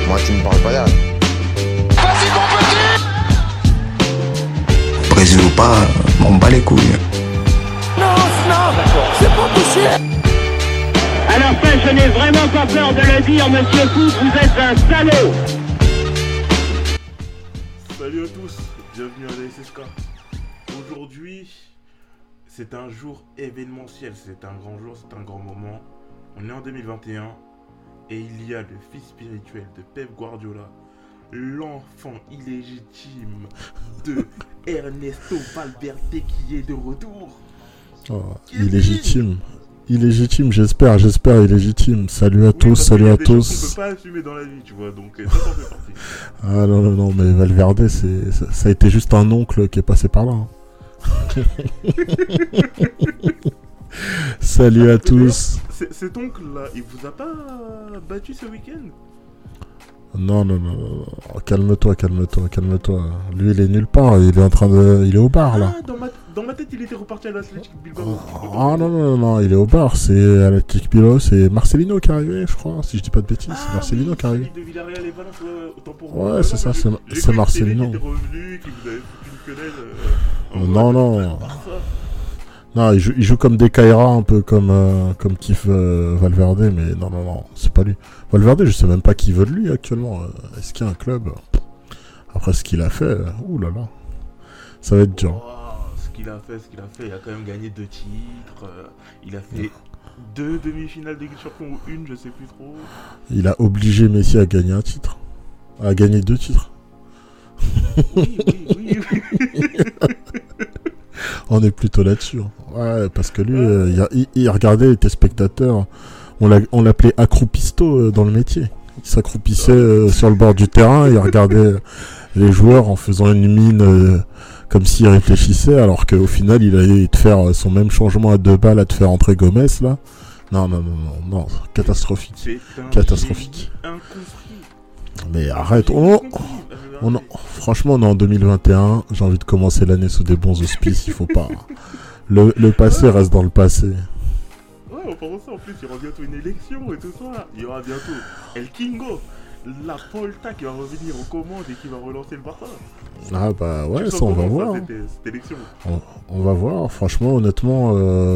Moi, tu me parles pas derrière. Vas-y, mon petit! Brésil ou pas, m'en bats les couilles. Non, d'accord, c'est pas touché. À la fin, je n'ai vraiment pas peur de le dire, monsieur Foot, vous êtes un salaud! Salut à tous, bienvenue à la SSK. Aujourd'hui, c'est un jour événementiel, c'est un grand jour, c'est un grand moment. On est en 2021 et il y a le fils spirituel de Pep Guardiola, l'enfant illégitime de Ernesto Valverde qui est de retour. Oh, illégitime, j'espère, illégitime. Salut à tous, salut à tous. On peut pas assumer dans la vie, tu vois, donc ça en fait partie. Ah non, mais Valverde, ça a été juste un oncle qui est passé par là. Hein. Salut à tous. Cet oncle-là, il vous a pas battu ce week-end? Non. Oh, calme-toi. Lui, il est nulle part. Il est au bar, là. Dans ma tête, il était reparti à l'Athletic Bilbao. Non, il est au bar. C'est à l'Athletic Bilbao. C'est Marcelino qui est arrivé, je crois. Si je dis pas de bêtises, c'est Marcelino qui est arrivé. De Villarreal et Valence, autant pour Ouais, moi. c'est ça, c'est Marcelino. Il était revenu, qu'il vous avait foutu une quenelle. Non. Non, il joue comme des Kaira, un peu comme kiffe Valverde, mais non, c'est pas lui. Valverde, je sais même pas qui veut de lui actuellement. Est-ce qu'il y a un club? Après ce qu'il a fait, oulala, ça va être dur. Wow, ce qu'il a fait, il a quand même gagné 2 titres. Il a fait 2 demi-finales de Ligue des Champions ou une, je sais plus trop. Il a obligé Messi à gagner un titre. À gagner 2 titres. Oui. On est plutôt là-dessus. Hein. Ouais, parce que lui, il regardait, il était spectateur. On l'appelait accroupisto dans le métier. Il s'accroupissait sur le bord du terrain, il regardait les joueurs en faisant une mine comme s'il réfléchissait, alors qu'au final, il allait te faire son même changement à 2 balles, à te faire entrer Gomez, là. Non, catastrophique. Catastrophique. Mais arrête, franchement, on est en 2021, j'ai envie de commencer l'année sous des bons auspices, il faut pas. Le passé reste dans le passé. Ouais, on pense ça, en plus, il y aura bientôt une élection et tout ça. Il y aura bientôt El Kingo, la Polta qui va revenir aux commandes et qui va relancer le Barça. Ah bah ouais, ça on va voir. Cette élection. On va voir, franchement, honnêtement,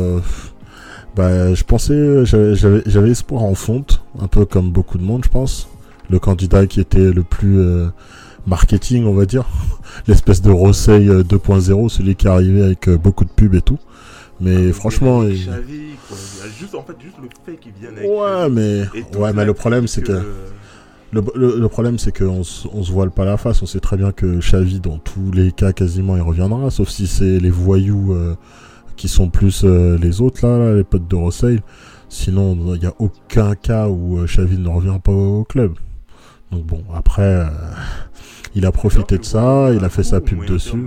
je pensais, j'avais espoir en fonte, un peu comme beaucoup de monde, je pense. Le candidat qui était le plus marketing, on va dire. L'espèce de Rosseil 2.0, celui qui est arrivé avec beaucoup de pubs et tout. Mais franchement... Xavi, quoi. Il y a juste le fait qu'il vienne avec... mais le problème, c'est que... Le problème, c'est qu'on se voile pas la face. On sait très bien que Xavi, dans tous les cas, quasiment, il reviendra. Sauf si c'est les voyous qui sont plus les autres, là, les potes de Rosseil. Sinon, il n'y a aucun cas où Xavi ne revient pas au club. Donc bon, après, il a profité de ça, il a fait sa pub dessus.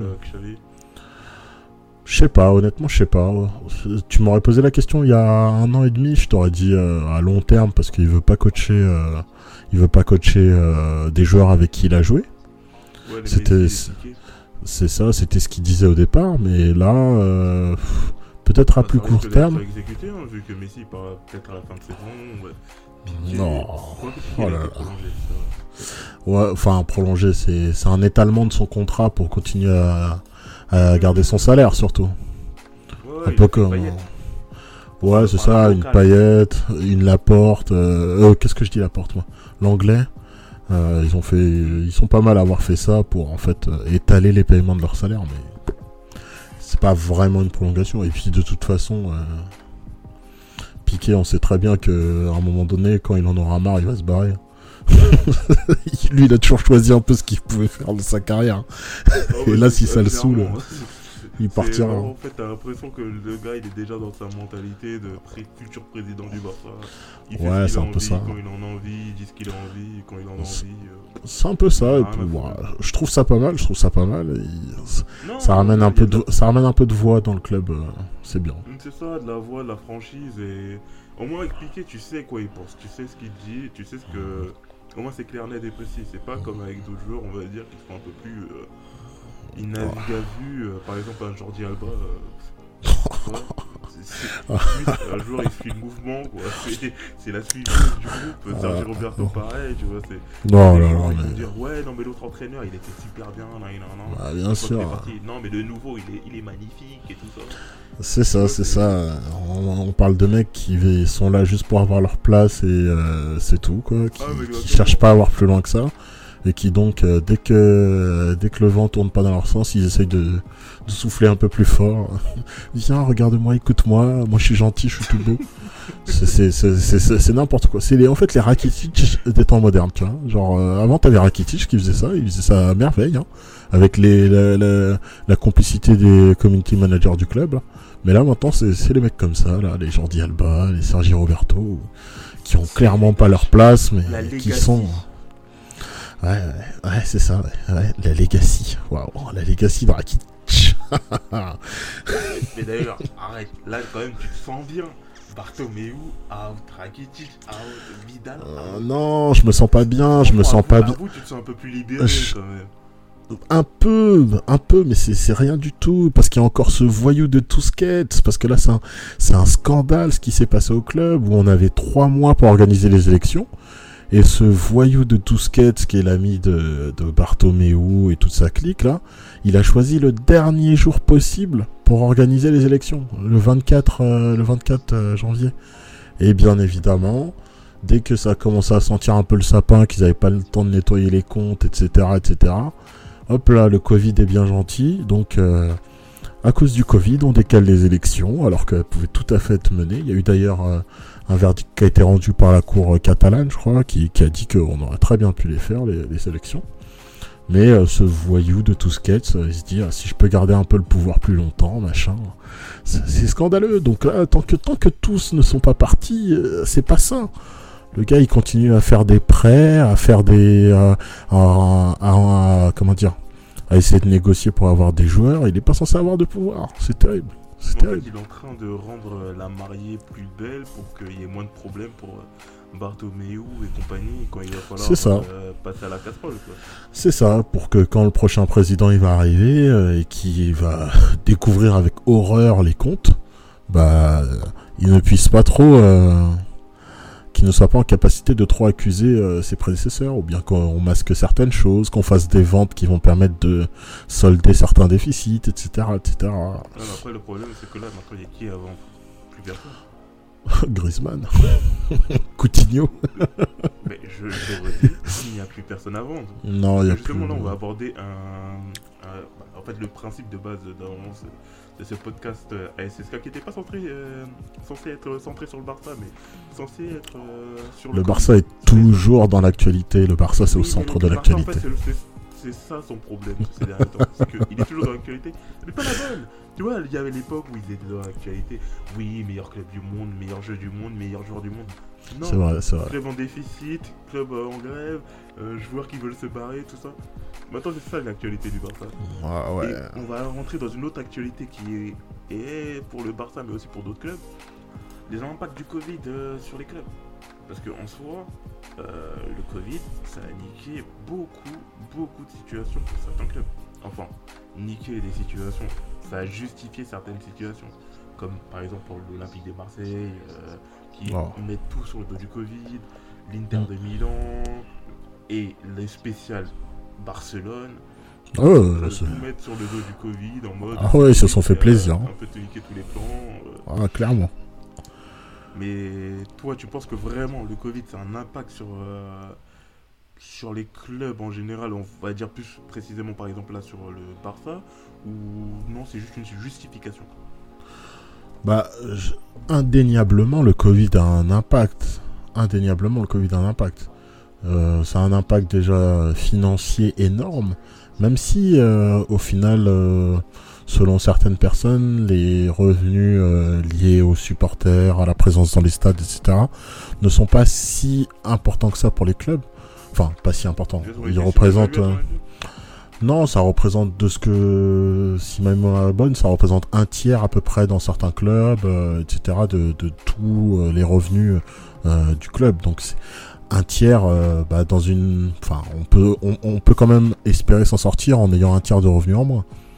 Je sais pas, honnêtement, je sais pas. Tu m'aurais posé la question il y a 1 an et demi, je t'aurais dit à long terme, parce qu'il veut pas coacher, des joueurs avec qui il a joué. Ouais, c'est ça, c'était ce qu'il disait au départ, mais là, peut-être à plus court terme. Exécuté, hein, vu que Messi part peut-être à la fin de saison. Non. Oh là là. Ouais, enfin, prolonger, c'est un étalement de son contrat pour continuer à garder son salaire, surtout. Ouais, un peu comme... Ouais, c'est ça, une Payet, une Laporte. Qu'est-ce que je dis Laporte, moi? L'anglais. Ils sont pas mal à avoir fait ça pour, en fait, étaler les paiements de leur salaire, mais c'est pas vraiment une prolongation. Et puis, de toute façon... Piqué, on sait très bien qu'à un moment donné, quand il en aura marre, il va se barrer. Lui, il a toujours choisi un peu ce qu'il pouvait faire de sa carrière. Et là, si ça le saoule, il partira. En fait, t'as l'impression que le gars, il est déjà dans sa mentalité de futur président du Barça. Il fait ce qu'il a envie, quand il en a envie, il dit ce qu'il a envie, quand il en a envie. C'est un peu ça. Et puis, je trouve ça pas mal. Ça ramène un peu de voix dans le club. C'est bien. C'est ça, de la voix, de la franchise. Et au moins expliquer, tu sais quoi il pense, tu sais ce qu'il dit, tu sais ce que... Au moins c'est clair, net et précis. C'est pas comme avec d'autres joueurs, on va dire, qui sont un peu plus innavigables. Par exemple, un Jordi Alba. Un jour, il suit le mouvement, quoi. C'est la suivi du groupe. Sergi Roberto, pareil, tu vois. Non, les non, gens, non, ils vont mais... dire, ouais, non, mais l'autre entraîneur, il était super bien, non. Bah, bien sûr. Non, mais le nouveau, il est magnifique et tout ça. C'est ça. On parle de mecs qui sont là juste pour avoir leur place et c'est tout, quoi. Qui cherchent pas à avoir plus loin que ça. Et qui donc, dès que le vent tourne pas dans leur sens, ils essayent de souffler un peu plus fort. Viens, regarde-moi, écoute-moi, moi je suis gentil, je suis tout beau. C'est n'importe quoi. C'est en fait les Rakitic des temps modernes, tu vois. Genre, avant t'avais Rakitic qui faisait ça, il faisait ça à merveille, hein, avec la complicité des community managers du club, là. Mais là maintenant c'est les mecs comme ça, là, les Jordi Alba, les Sergi Roberto, qui ont clairement pas leur place, mais qui sont... Ouais, c'est ça, ouais, la legacy. Waouh, la legacy de Rakitic. Mais d'ailleurs, arrête, là quand même tu te sens bien. Bartomeu, out, Rakitic, out, Vidal. Non, je me sens pas bien, je me sens pas bien. Tu te sens un peu plus libéré quand même. Un peu, mais c'est rien du tout, parce qu'il y a encore ce voyou de Tusquets, parce que là c'est un scandale ce qui s'est passé au club, où on avait 3 mois pour organiser les élections. Et ce voyou de Tusquets, qui est l'ami de Bartomeu et toute sa clique là, il a choisi le dernier jour possible pour organiser les élections, le 24 janvier. Et bien évidemment, dès que ça a commencé à sentir un peu le sapin, qu'ils n'avaient pas le temps de nettoyer les comptes, etc., hop là, le Covid est bien gentil, donc à cause du Covid, on décale les élections, alors qu'elles pouvaient tout à fait être menées. Il y a eu d'ailleurs... un verdict qui a été rendu par la cour catalane, je crois, qui a dit qu'on aurait très bien pu les faire, les élections. Mais ce voyou de Tusquets, il se dit, si je peux garder un peu le pouvoir plus longtemps, machin, c'est scandaleux. Donc là, tant que tous ne sont pas partis, c'est pas ça. Le gars, il continue à faire des prêts, à faire comment dire, à essayer de négocier pour avoir des joueurs. Il est pas censé avoir de pouvoir. C'est terrible. C'est terrible. Il est en train de rendre la mariée plus belle pour qu'il y ait moins de problèmes pour Bartomeu et compagnie quand il va falloir passer à la casserole, quoi. C'est ça, pour que quand le prochain président il va arriver et qu'il va découvrir avec horreur les comptes, bah il ne puisse pas trop... qu'il ne soit pas en capacité de trop accuser ses prédécesseurs, ou bien qu'on masque certaines choses, qu'on fasse des ventes qui vont permettre de solder certains déficits, etc. Non, mais après, le problème, c'est que là, maintenant, il y a qui avant? Plus personne. Griezmann. Coutinho. Mais je redis, il n'y a plus personne à vendre. Non, il n'y a plus... Justement, là, on va aborder en fait, le principe de base de ce podcast ASSK qui n'était pas censé être centré sur le Barça, mais censé être sur le Barça est toujours dans l'actualité. Le Barça, c'est au centre de l'actualité. En fait, c'est ça son problème ces derniers temps. C'est qu'il est toujours dans l'actualité, mais pas la bonne. Tu vois, il y avait l'époque où ils étaient dans l'actualité. Oui, meilleur club du monde, meilleur jeu du monde, meilleur joueur du monde. Non, c'est vrai. Club en déficit, club en grève, joueurs qui veulent se barrer, tout ça. Maintenant, c'est ça l'actualité du Barça. Ouais. Et on va rentrer dans une autre actualité qui est pour le Barça, mais aussi pour d'autres clubs. Les impacts du Covid sur les clubs. Parce qu'en soi, le Covid, ça a niqué beaucoup de situations pour certains clubs. Enfin, niquer des situations, ça a justifié certaines situations. Comme par exemple pour l'Olympique de Marseille, qui mettent tout sur le dos du Covid, l'Inter de Milan et les spéciales Barcelone. Tout mettre sur le dos du Covid en mode... Ah ouais, ils se sont fait plaisir. Un peu te niquer tous les plans. Clairement. Mais toi, tu penses que vraiment le Covid, c'est un impact sur les clubs en général, on va dire plus précisément par exemple là sur le Barça, ou non, c'est juste une justification? Bah, indéniablement, le Covid a un impact. Ça a un impact déjà financier énorme, même si au final, selon certaines personnes, les revenus liés aux supporters, à la présence dans les stades, etc., ne sont pas si importants que ça pour les clubs. Enfin, pas si importants. Ils représentent... Non, ça représente de ce que, si ma mémoire est bonne, ça représente un tiers à peu près dans certains clubs, etc., de tous les revenus du club. Donc c'est un tiers dans une... Enfin, on peut quand même espérer s'en sortir en ayant un tiers de revenus en moins.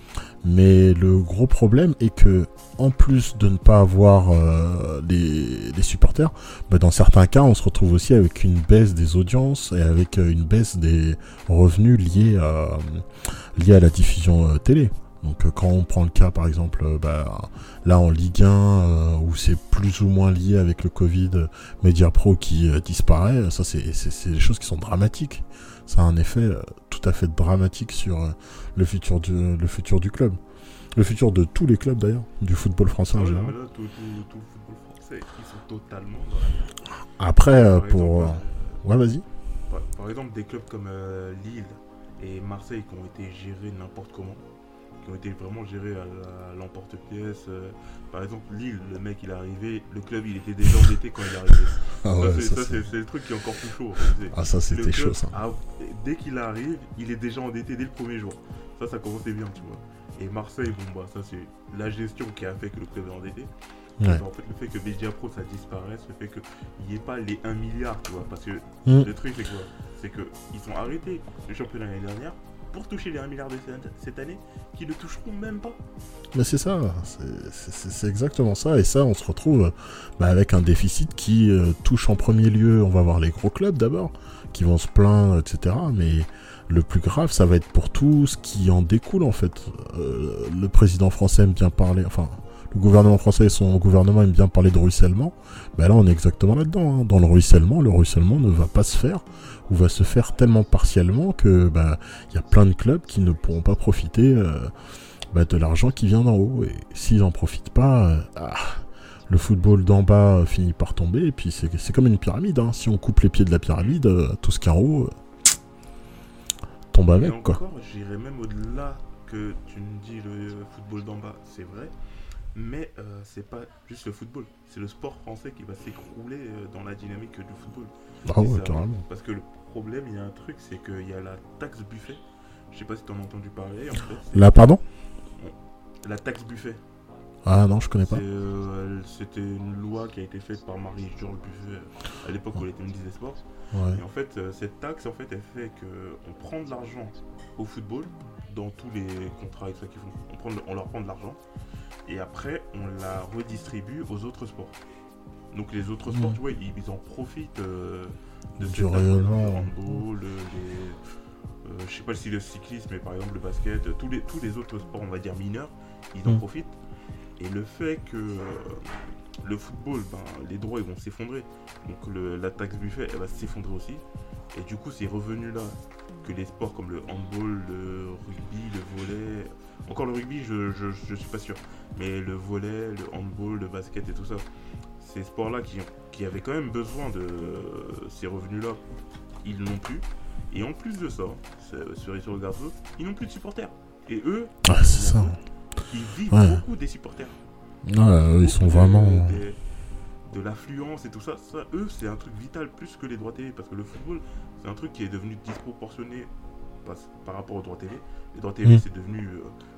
Mais le gros problème est que, en plus de ne pas avoir les supporters, dans certains cas, on se retrouve aussi avec une baisse des audiences et avec une baisse des revenus liés à la diffusion télé. Donc quand on prend le cas par exemple là en Ligue 1 où c'est plus ou moins lié avec le Covid, Mediapro qui disparaît, ça c'est des choses qui sont dramatiques. Ça a un effet tout à fait dramatique sur le futur du club. Le futur de tous les clubs d'ailleurs, du football français en général. Là, tout le football français, ils sont totalement dans la merde. Après, ouais, vas-y. Par exemple, des clubs comme Lille et Marseille qui ont été gérés n'importe comment, qui ont été vraiment gérés à l'emporte-pièce. Par exemple, Lille, le mec il est arrivé, le club il était déjà endetté quand il est arrivé. C'est le truc qui est encore plus chaud. Ça c'était chaud ça. Dès qu'il arrive, il est déjà endetté dès le premier jour. Ça commençait bien, tu vois. Et Marseille, ça c'est la gestion qui a fait que le club est endetté. Ouais. En fait, le fait que Mediapro ça disparaisse, le fait qu'il n'y ait pas les 1 milliard, tu vois. Parce que le truc c'est quoi ? C'est qu'ils ont arrêté le championnat l'année dernière pour toucher les 1 milliard de cette année, qui ne toucheront même pas. Mais c'est ça, c'est exactement ça. Et ça, on se retrouve avec un déficit qui touche en premier lieu, on va voir les gros clubs d'abord, qui vont se plaindre, etc. Mais le plus grave, ça va être pour tout ce qui en découle, en fait. Le président français aime bien parler, le gouvernement français et son gouvernement aiment bien parler de ruissellement. Là, on est exactement là-dedans. Dans le ruissellement ne va pas se faire, ou va se faire tellement partiellement que y a plein de clubs qui ne pourront pas profiter de l'argent qui vient d'en haut. Et s'ils n'en profitent pas, le football d'en bas finit par tomber. Et puis c'est comme une pyramide. Si on coupe les pieds de la pyramide, tout ce qui est en haut tombe avec. Et encore, j'irais même au-delà que tu me dis le football d'en bas, c'est vrai. Mais c'est pas juste le football, c'est le sport français qui va s'écrouler dans la dynamique du football. Ah ouais, carrément. Parce que le problème, il y a un truc, c'est qu'il y a la taxe buffet. Je sais pas si tu en as entendu parler. En fait, là, pardon ? La taxe buffet. Ah non, je connais pas. C'était une loi qui a été faite par Marie-Georges Buffet à l'époque où elle était ministre des Sports. Ouais. Et en fait, cette taxe, en fait, elle fait qu'on prend de l'argent au football dans tous les contrats avec ça qu'ils font. On leur prend de l'argent. Et après, on la redistribue aux autres sports. Donc les autres sports, tu vois, ils en profitent de du rayonnement. Le handball, je sais pas si le cyclisme, mais par exemple le basket, tous les autres sports, on va dire mineurs, ils en profitent. Et le fait que le football, les droits ils vont s'effondrer. Donc la taxe buffet, elle va s'effondrer aussi. Et du coup, ces revenus-là, que les sports comme le handball, le rugby, le volley... Encore le rugby, je suis pas sûr. Mais le volley, le handball, le basket et tout ça, ces sports-là qui avaient quand même besoin de ces revenus-là, ils n'ont plus. Et en plus de ça, cerise sur le gâteau, ils n'ont plus de supporters. Et eux, c'est ça. Ils vivent beaucoup des supporters. Ils sont vraiment... de l'affluence et tout ça, eux, c'est un truc vital plus que les droits télé. Parce que le football, c'est un truc qui est devenu disproportionné par rapport aux droits télé. Les droits télé, c'est devenu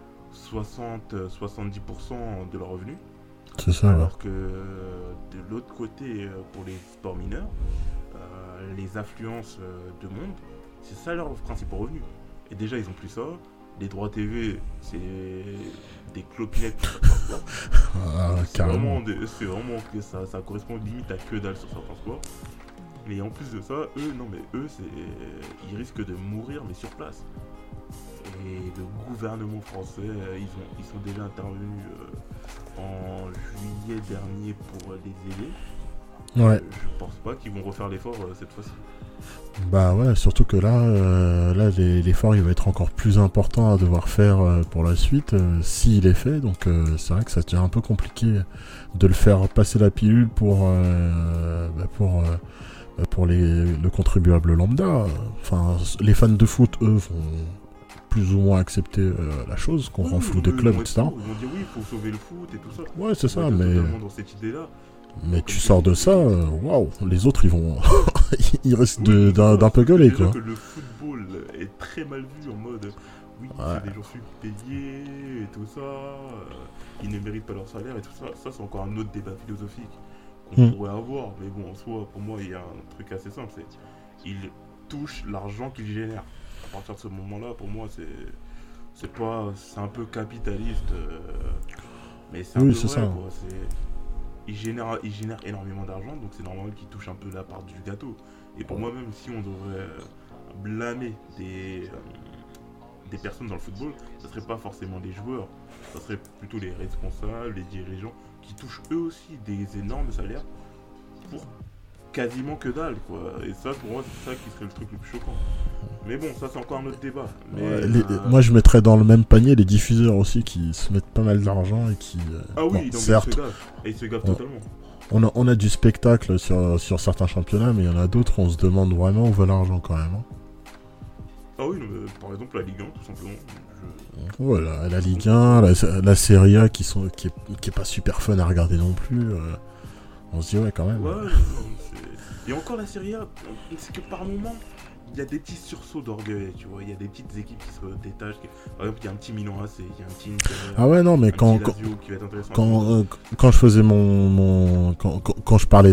60-70% de leurs revenus. C'est ça. Alors que de l'autre côté, pour les sports mineurs, les affluences de monde, c'est ça leurs principaux revenus. Et déjà, ils ont plus ça. Les droits TV, c'est des clopinettes. C'est vraiment que ça correspond limite à que dalle sur certains sports. Mais en plus de ça, ils risquent de mourir, mais sur place. Et le gouvernement français, ils sont déjà intervenus en juillet dernier pour les aider. Ouais. Je pense pas qu'ils vont refaire l'effort cette fois-ci. Surtout que là l'effort il va être encore plus important à devoir faire pour la suite s'il est fait. Donc c'est vrai que ça devient un peu compliqué de le faire passer la pilule pour le contribuable lambda. Les fans de foot, eux, vont plus ou moins accepter la chose, qu'on rend flou des clubs, etc. Ils vont dire oui, il faut sauver le foot et tout ça. Ouais, c'est ça, mais... totalement dans cette idée-là. Mais tu sors de ça, waouh, les autres, ils vont... ils risquent d'un peu gueuler, quoi. Que le football est très mal vu en mode... Oui, c'est des gens sous-payés et tout ça. Ils ne méritent pas leur salaire et tout ça. Ça, c'est encore un autre débat philosophique qu'on pourrait avoir. Mais bon, en soi, pour moi, il y a un truc assez simple. C'est ils touchent l'argent qu'ils génèrent. À partir de ce moment-là, pour moi, c'est un peu capitaliste, mais c'est un Oui, peu c'est vrai, ça. quoi. Il génère énormément d'argent, donc c'est normal qu'il touche un peu la part du gâteau. Et pour moi, même si on devrait blâmer des personnes dans le football, ce serait pas forcément les joueurs, ce serait plutôt les responsables, les dirigeants, qui touchent eux aussi des énormes salaires pour quasiment que dalle, quoi. Et ça, pour moi, c'est ça qui serait le truc le plus choquant. Mais bon, ça, c'est encore un autre débat. Mais, Moi, je mettrais dans le même panier les diffuseurs aussi qui se mettent pas mal d'argent et qui. Ah oui, donc certes, ils se gavent totalement. on a du spectacle sur certains championnats, mais il y en a d'autres, on se demande vraiment où va l'argent quand même. Hein. Ah oui, par exemple, la Ligue 1, tout simplement. Voilà, la Ligue 1, la Serie A qui est pas super fun à regarder non plus. On se dit, ouais, quand même. Ouais, et encore la Serie A, c'est que par moment, il y a des petits sursauts d'orgueil, tu vois. Il y a des petites équipes qui se détachent. Par exemple, il y a un petit Milan AC, il y a un petit Inter, Ah ouais, non, mais quand je faisais quand je parlais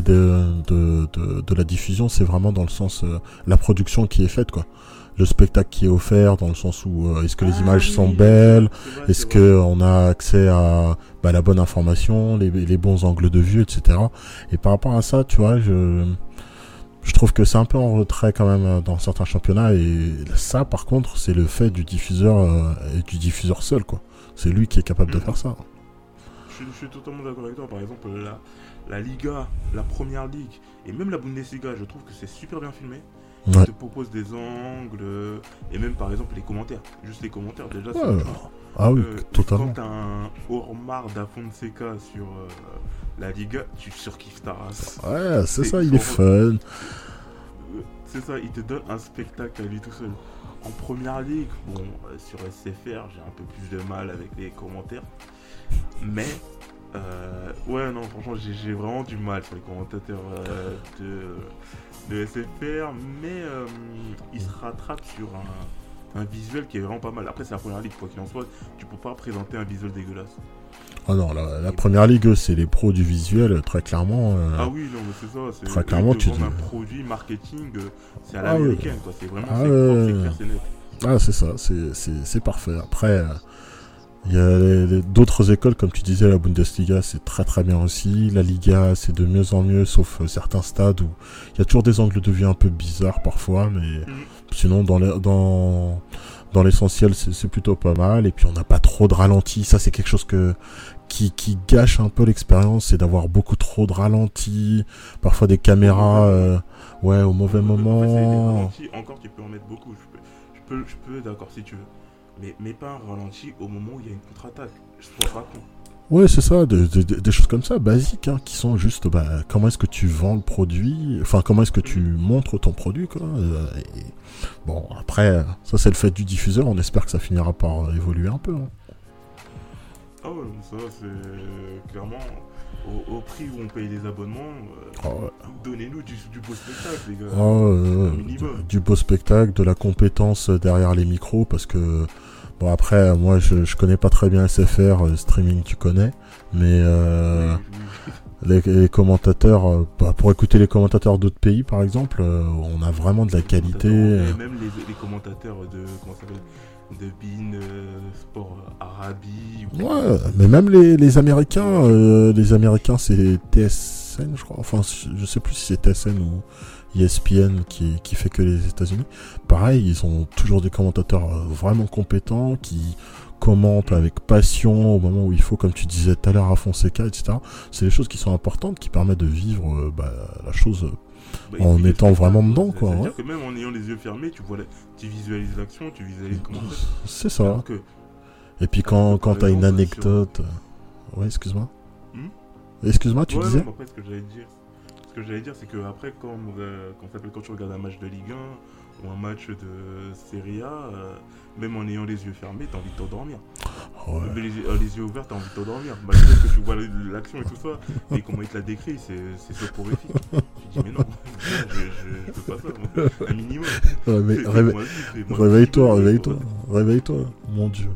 de la diffusion, c'est vraiment dans le sens la production qui est faite, quoi. Le spectacle qui est offert, dans le sens où est-ce que les images sont belles, est-ce que on a accès à la bonne information, les bons angles de vue, etc. Et par rapport à ça, tu vois, je trouve que c'est un peu en retrait quand même dans certains championnats, et ça, par contre, c'est le fait du diffuseur et du diffuseur seul, quoi. C'est lui qui est capable de faire ça. Je suis totalement d'accord avec toi. Par exemple, la Liga, la Première Ligue et même la Bundesliga, je trouve que c'est super bien filmé. Ouais. Ils te proposent des angles et même par exemple les commentaires. Juste les commentaires, déjà, c'est autre chose. Ah oui, totalement. Quand t'as un Ormar da Fonseca sur la Liga, tu surkiffes ta race. Ouais, c'est ça, il est fun. C'est ça, il te donne un spectacle à lui tout seul. En Première Ligue, bon, sur SFR, j'ai un peu plus de mal avec les commentaires. Mais, ouais, non, franchement, j'ai vraiment du mal sur les commentateurs de SFR. Mais il se rattrape sur un visuel qui est vraiment pas mal. Après, c'est la Première Ligue, quoi qu'il en soit, tu peux pas présenter un visuel dégueulasse. Ah non, la Première Ligue, c'est les pros du visuel, très clairement. Ah oui, non, mais c'est ça. C'est très clairement, tu dis. Un produit marketing, c'est à l'américaine, quoi. C'est vraiment c'est clair, c'est net. Ah, c'est ça, c'est parfait. Après, il y a d'autres écoles, comme tu disais, la Bundesliga, c'est très très bien aussi. La Liga, c'est de mieux en mieux, sauf certains stades où il y a toujours des angles de vue un peu bizarres parfois, mais sinon, dans l'essentiel, c'est plutôt pas mal. Et puis, on n'a pas trop de ralentis. Ça, c'est quelque chose qui gâche un peu l'expérience, c'est d'avoir beaucoup trop de ralentis, parfois des caméras au mauvais moment. Des ralentis, encore, tu peux en mettre beaucoup. Je peux d'accord si tu veux. Mais pas un ralenti au moment où il y a une contre-attaque. Je ne vois pas con. Ouais, c'est ça, des choses comme ça, basiques, hein, qui sont juste, comment est-ce que tu vends le produit, enfin, comment est-ce que tu montres ton produit, quoi. Bon, après, ça, c'est le fait du diffuseur, on espère que ça finira par évoluer un peu. Hein. Ah ouais, ça, c'est clairement, au prix où on paye des abonnements, donnez-nous du beau spectacle, les gars. Du beau spectacle, de la compétence derrière les micros, parce que... Bon, après, moi, je connais pas très bien SFR, streaming, tu connais, mais les commentateurs, pour écouter les commentateurs d'autres pays, par exemple, on a vraiment de la qualité. Même les commentateurs de BeIN Sport Arabie. Ouais, mais même les Américains, c'est TSN, je crois. Enfin, je sais plus si c'est TSN ou ESPN qui fait que les États-Unis. Pareil, ils ont toujours des commentateurs vraiment compétents qui commentent avec passion au moment où il faut, comme tu disais tout à l'heure à Fonseca, etc. C'est des choses qui sont importantes, qui permettent de vivre la chose en étant vraiment dedans, quoi. C'est-à-dire que même en ayant les yeux fermés, tu visualises l'action, tu visualises comment c'est. C'est ça. Et puis quand t'as une anecdote... Ouais, excuse-moi. Excuse-moi, tu disais? Non, après, ce que j'allais dire, c'est que après, quand tu regardes un match de Ligue 1 ou un match de Serie A, même en ayant les yeux fermés, t'as envie de t'endormir. Ouais. Mais les yeux ouverts, t'as envie de t'endormir. Malgré que tu vois l'action et tout ça, et comment il te l'a décrit, c'est soporifique. Tu dis, mais non, je peux pas ça, moi. Un minimum. Ouais, mais réveille-toi, mon Dieu.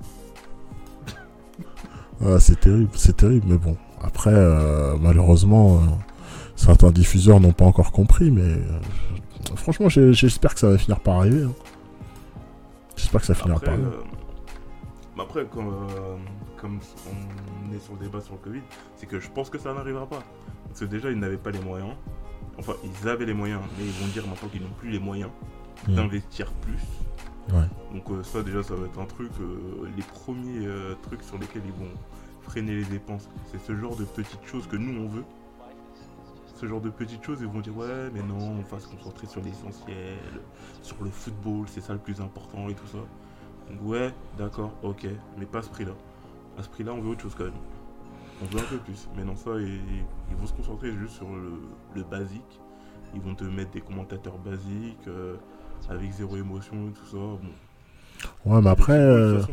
C'est terrible, mais bon. Après, malheureusement, certains diffuseurs n'ont pas encore compris, mais franchement, j'espère que ça va finir par arriver. Hein. J'espère que ça finira par arriver. Après, comme on est sur le débat sur le Covid, c'est que je pense que ça n'arrivera pas. Parce que déjà, ils n'avaient pas les moyens. Enfin, ils avaient les moyens, mais ils vont dire maintenant qu'ils n'ont plus les moyens d'investir plus. Ouais. Donc ça, déjà, ça va être un truc... les premiers trucs sur lesquels ils vont freiner les dépenses, c'est ce genre de petites choses que nous, on veut. Ce genre de petites choses, ils vont dire ouais mais non, on va se concentrer sur l'essentiel, sur le football, c'est ça le plus important et tout ça. Donc ouais, d'accord, ok, mais pas à ce prix-là. À ce prix-là, on veut autre chose quand même. On veut un peu plus. Mais non, ça, ils vont se concentrer juste sur le basique. Ils vont te mettre des commentateurs basiques, avec zéro émotion et tout ça. Bon. Ouais, mais après... De toute façon,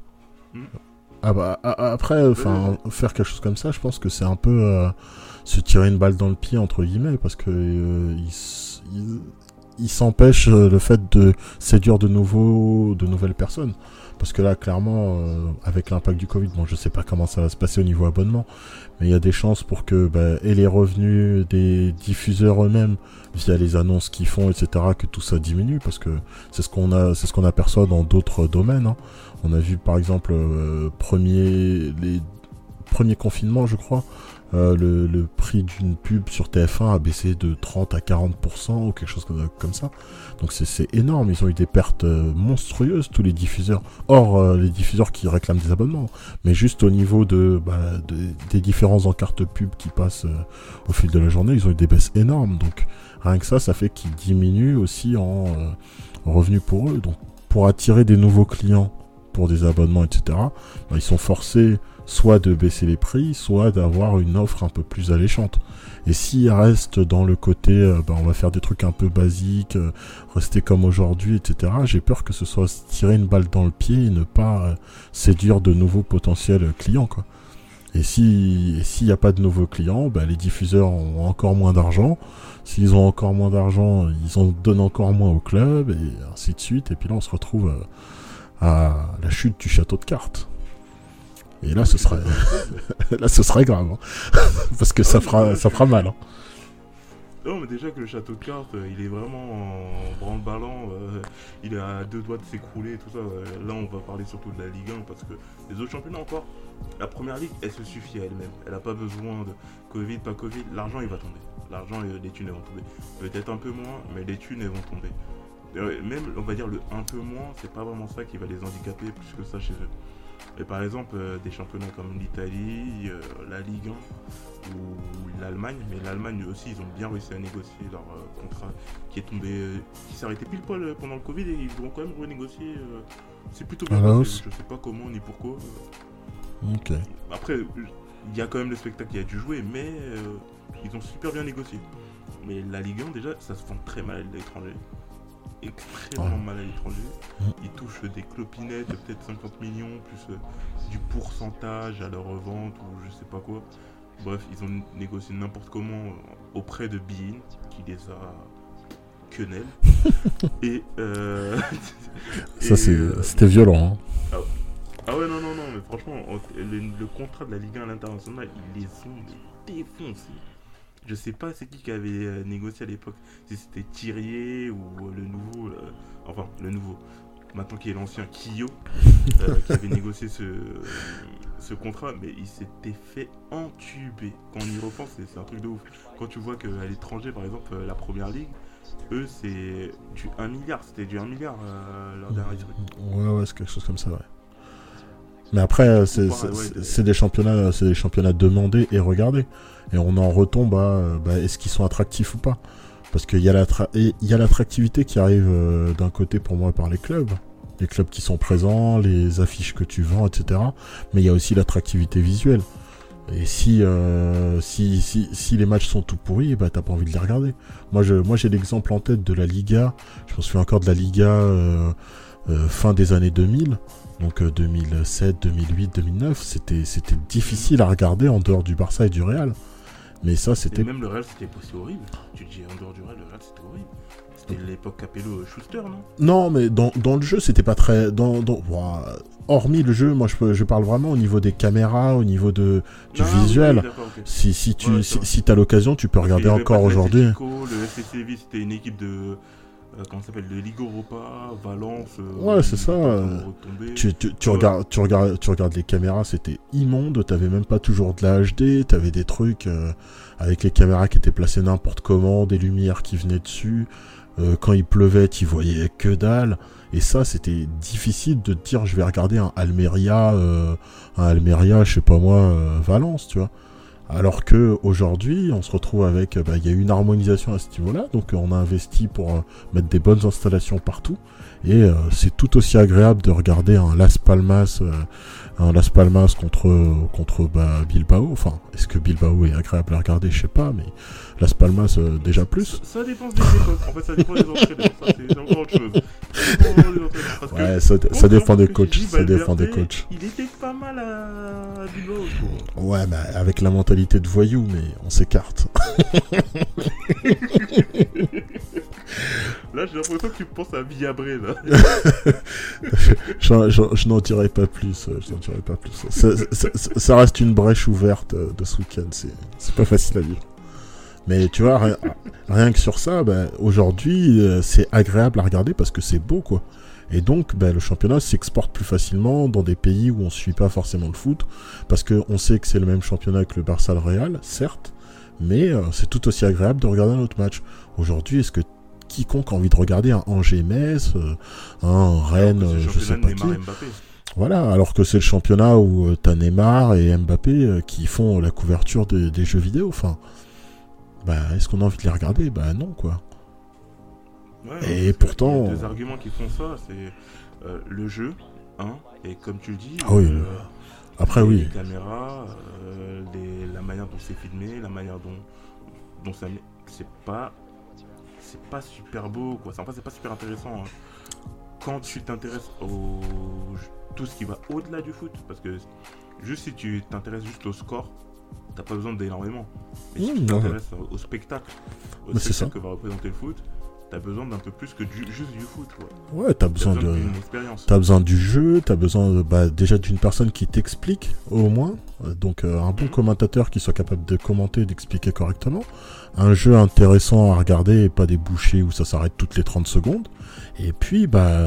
après, faire quelque chose comme ça, je pense que c'est un peu se tirer une balle dans le pied, entre guillemets, parce que il s'empêche le fait de séduire de nouvelles personnes. Parce que là, clairement, avec l'impact du Covid, bon, je sais pas comment ça va se passer au niveau abonnement, mais il y a des chances pour que, et les revenus des diffuseurs eux-mêmes, via les annonces qu'ils font, etc., que tout ça diminue, parce que c'est ce qu'on aperçoit dans d'autres domaines, hein. On a vu, par exemple, les premiers confinements, je crois, le prix d'une pub sur TF1 a baissé de 30 à 40% ou quelque chose comme ça. Donc c'est énorme, ils ont eu des pertes monstrueuses, tous les diffuseurs. Or, les diffuseurs qui réclament des abonnements. Mais juste au niveau des différents encartes pub qui passent au fil de la journée, ils ont eu des baisses énormes. Donc rien que ça fait qu'ils diminuent aussi en revenus pour eux. Donc pour attirer des nouveaux clients pour des abonnements, etc., ils sont forcés soit de baisser les prix, soit d'avoir une offre un peu plus alléchante. Et s'ils restent dans le côté, on va faire des trucs un peu basiques, rester comme aujourd'hui, etc., j'ai peur que ce soit se tirer une balle dans le pied et ne pas séduire de nouveaux potentiels clients, quoi. Et s'il n'y a pas de nouveaux clients, les diffuseurs ont encore moins d'argent. S'ils ont encore moins d'argent, ils en donnent encore moins au club, et ainsi de suite. Et puis là, on se retrouve à la chute du château de cartes. Et là, ce serait grave, hein. Parce que ça fera mal, hein. Non, mais déjà que le château de cartes, il est vraiment en branle-ballant, il est à deux doigts de s'écrouler et tout ça. Là, on va parler surtout de la Ligue 1, parce que les autres championnats encore, la première ligue, elle se suffit à elle-même. Elle n'a pas besoin de Covid, pas Covid, l'argent, il va tomber. L'argent et les thunes, elles vont tomber. Peut-être un peu moins, mais les thunes, elles vont tomber. Même, on va dire, le un peu moins, c'est pas vraiment ça qui va les handicaper plus que ça chez eux. Et par exemple, des championnats comme l'Italie, la Ligue 1 ou l'Allemagne, mais l'Allemagne aussi, ils ont bien réussi à négocier leur contrat qui est tombé, qui s'est arrêté pile poil pendant le Covid, et ils vont quand même renégocier. C'est plutôt bien passé, je sais pas comment ni pourquoi. Ok. Après, il y a quand même le spectacle qui a dû jouer, mais ils ont super bien négocié. Mais la Ligue 1, déjà, ça se vend très mal à l'étranger. Extrêmement mal à l'étranger. Ils touchent des clopinettes, peut-être 50 millions, plus du pourcentage à leur revente ou je sais pas quoi. Bref, ils ont négocié n'importe comment auprès de Bein, qui les a quenelle. Et ça, c'était violent, hein. Ah ouais, non, mais franchement, le contrat de la Ligue 1 à l'international, ils les ont défoncés. Je sais pas c'est qui avait négocié à l'époque, si c'était Thirier ou le nouveau, le nouveau, maintenant qui est l'ancien Kyo, qui avait négocié ce contrat, mais il s'était fait entuber. Quand on y repense, c'est un truc de ouf. Quand tu vois qu'à l'étranger, par exemple, la première ligue, eux c'est du 1 milliard, c'était du 1 milliard leur dernier truc. Ouais, c'est quelque chose comme ça, ouais. Mais après, c'est des championnats demandés et regardés. Et on en retombe à est-ce qu'ils sont attractifs ou pas. Parce qu'il y a l'attractivité qui arrive d'un côté pour moi par les clubs qui sont présents, les affiches que tu vends, etc. Mais il y a aussi l'attractivité visuelle. Et si les matchs sont tout pourris, t'as pas envie de les regarder. Moi j'ai l'exemple en tête de la Liga. Je me souviens encore de la Liga fin des années 2000. Donc 2007, 2008, 2009, c'était difficile à regarder en dehors du Barça et du Real. Mais ça, c'était... Et même le Real, c'était horrible. Tu te dis, en dehors du Real, le Real, c'était horrible. C'était l'époque Capello-Schuster, non ? Non, mais dans le jeu, c'était pas très... hormis le jeu, moi, je parle vraiment au niveau des caméras, au niveau du visuel. Okay. Si t'as l'occasion, tu peux regarder encore aujourd'hui. Le FC Séville, c'était une équipe de comment ça s'appelle, de Ligue Europa, Valence. Ouais, c'est ça. Retombé, Tu regardes les caméras, c'était immonde. T'avais même pas toujours de la HD. T'avais des trucs avec les caméras qui étaient placées n'importe comment, des lumières qui venaient dessus. Quand il pleuvait, tu voyais que dalle. Et ça, c'était difficile de te dire, je vais regarder un Almeria, je sais pas moi, Valence, tu vois. Alors que aujourd'hui, on se retrouve avec, il y a une harmonisation à ce niveau-là, donc on a investi pour mettre des bonnes installations partout, et c'est tout aussi agréable de regarder un Las Palmas contre Bilbao. Enfin, est-ce que Bilbao est agréable à regarder, je sais pas, mais Las Palmas déjà plus. Ça dépend des époques. En fait, ça dépend des entraîneurs. Ça, c'est encore autre chose. Ouais, ça dépend des coachs. Ça dépend des coachs. Il était pas mal à Bilbao. Ouais, mais avec la mentalité de voyou, mais on s'écarte. Là, j'ai l'impression que tu penses à Villabré, là. Je n'en dirai pas plus. Ça reste une brèche ouverte de ce week-end. C'est pas facile à vivre. Mais tu vois, rien que sur ça, aujourd'hui, c'est agréable à regarder parce que c'est beau, quoi. Et donc, le championnat s'exporte plus facilement dans des pays où on ne suit pas forcément le foot, parce qu'on sait que c'est le même championnat que le Barça le Real, certes, mais c'est tout aussi agréable de regarder un autre match. Aujourd'hui, est-ce que quiconque a envie de regarder un Angers-Metz, un Rennes, je sais pas qui... Voilà, alors que c'est le championnat où t'as Neymar et Mbappé qui font la couverture des jeux vidéo, enfin... est-ce qu'on a envie de les regarder ? Non, quoi. Ouais, et pourtant... Il y a deux arguments qui font ça, c'est le jeu, et comme tu le dis... Ah oui, après, oui. Les caméras, la manière dont c'est filmé, la manière dont ça... C'est pas super beau, quoi. C'est pas super intéressant. Quand tu t'intéresses tout ce qui va au-delà du foot, parce que juste si tu t'intéresses juste au score, t'as pas besoin d'énormément. Mais si tu t'intéresses au spectacle, que va représenter le foot, t'as besoin d'un peu plus que juste du foot, quoi. Ouais, t'as besoin d'une expérience. T'as besoin du jeu, t'as besoin déjà d'une personne qui t'explique, au moins. Donc un bon commentateur qui soit capable de commenter et d'expliquer correctement. Un jeu intéressant à regarder et pas des bouchées où ça s'arrête toutes les 30 secondes. Et puis,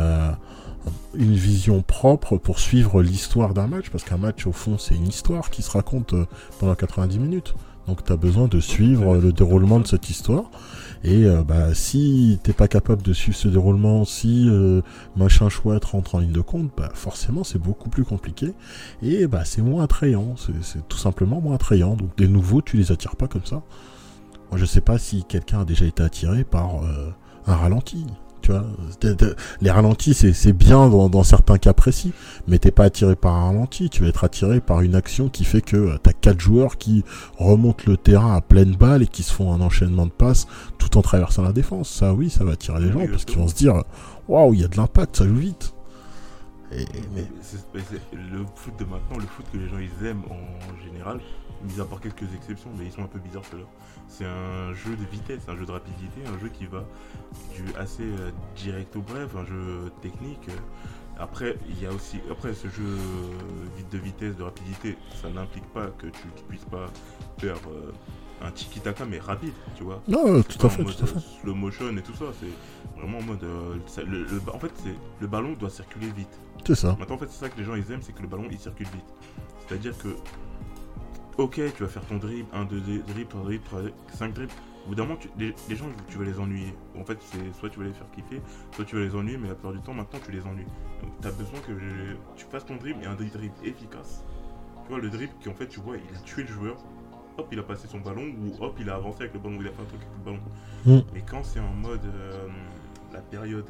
une vision propre pour suivre l'histoire d'un match, parce qu'un match, au fond, c'est une histoire qui se raconte pendant 90 minutes. Donc t'as besoin de suivre le déroulement de cette histoire. Et si t'es pas capable de suivre ce déroulement, si machin chouette rentre en ligne de compte, forcément c'est beaucoup plus compliqué. Et c'est moins attrayant, c'est tout simplement moins attrayant. Donc des nouveaux, tu les attires pas comme ça. Moi je sais pas si quelqu'un a déjà été attiré par un ralenti. Tu vois, les ralentis c'est bien dans certains cas précis, mais t'es pas attiré par un ralenti, tu vas être attiré par une action qui fait que t'as 4 joueurs qui remontent le terrain à pleine balle et qui se font un enchaînement de passes tout en traversant la défense. Ça oui, ça va attirer les gens parce qu'ils vont se dire waouh, il y a de l'impact, ça joue vite. Mais c'est le foot de maintenant, le foot que les gens ils aiment en général, mis à part quelques exceptions, mais ils sont un peu bizarres ceux-là. C'est un jeu de vitesse, un jeu de rapidité, un jeu qui va du assez direct au bref, un jeu technique. Après, il y a aussi ce jeu de vitesse, de rapidité, ça n'implique pas que tu puisses pas faire un tiki-taka mais rapide, tu vois. Non, tout à fait. Slow motion et tout ça, c'est vraiment en mode. En fait, le ballon doit circuler vite. C'est ça. Maintenant, en fait, c'est ça que les gens ils aiment, c'est que le ballon il circule vite. C'est-à-dire que, ok, tu vas faire ton dribble, 1, 2 dribbles, 3 dribbles, 5 dribbles. Au bout d'un moment, les gens, tu vas les ennuyer. En fait, c'est soit tu vas les faire kiffer, soit tu vas les ennuyer, mais la plupart du temps, maintenant, tu les ennuies. Donc, tu as besoin que tu fasses ton dribble et un dribble efficace. Tu vois, le dribble qui, en fait, tu vois, il a tué le joueur. Hop, il a passé son ballon, ou hop, il a avancé avec le ballon, il a fait un truc avec le ballon. Mais quand c'est en mode la période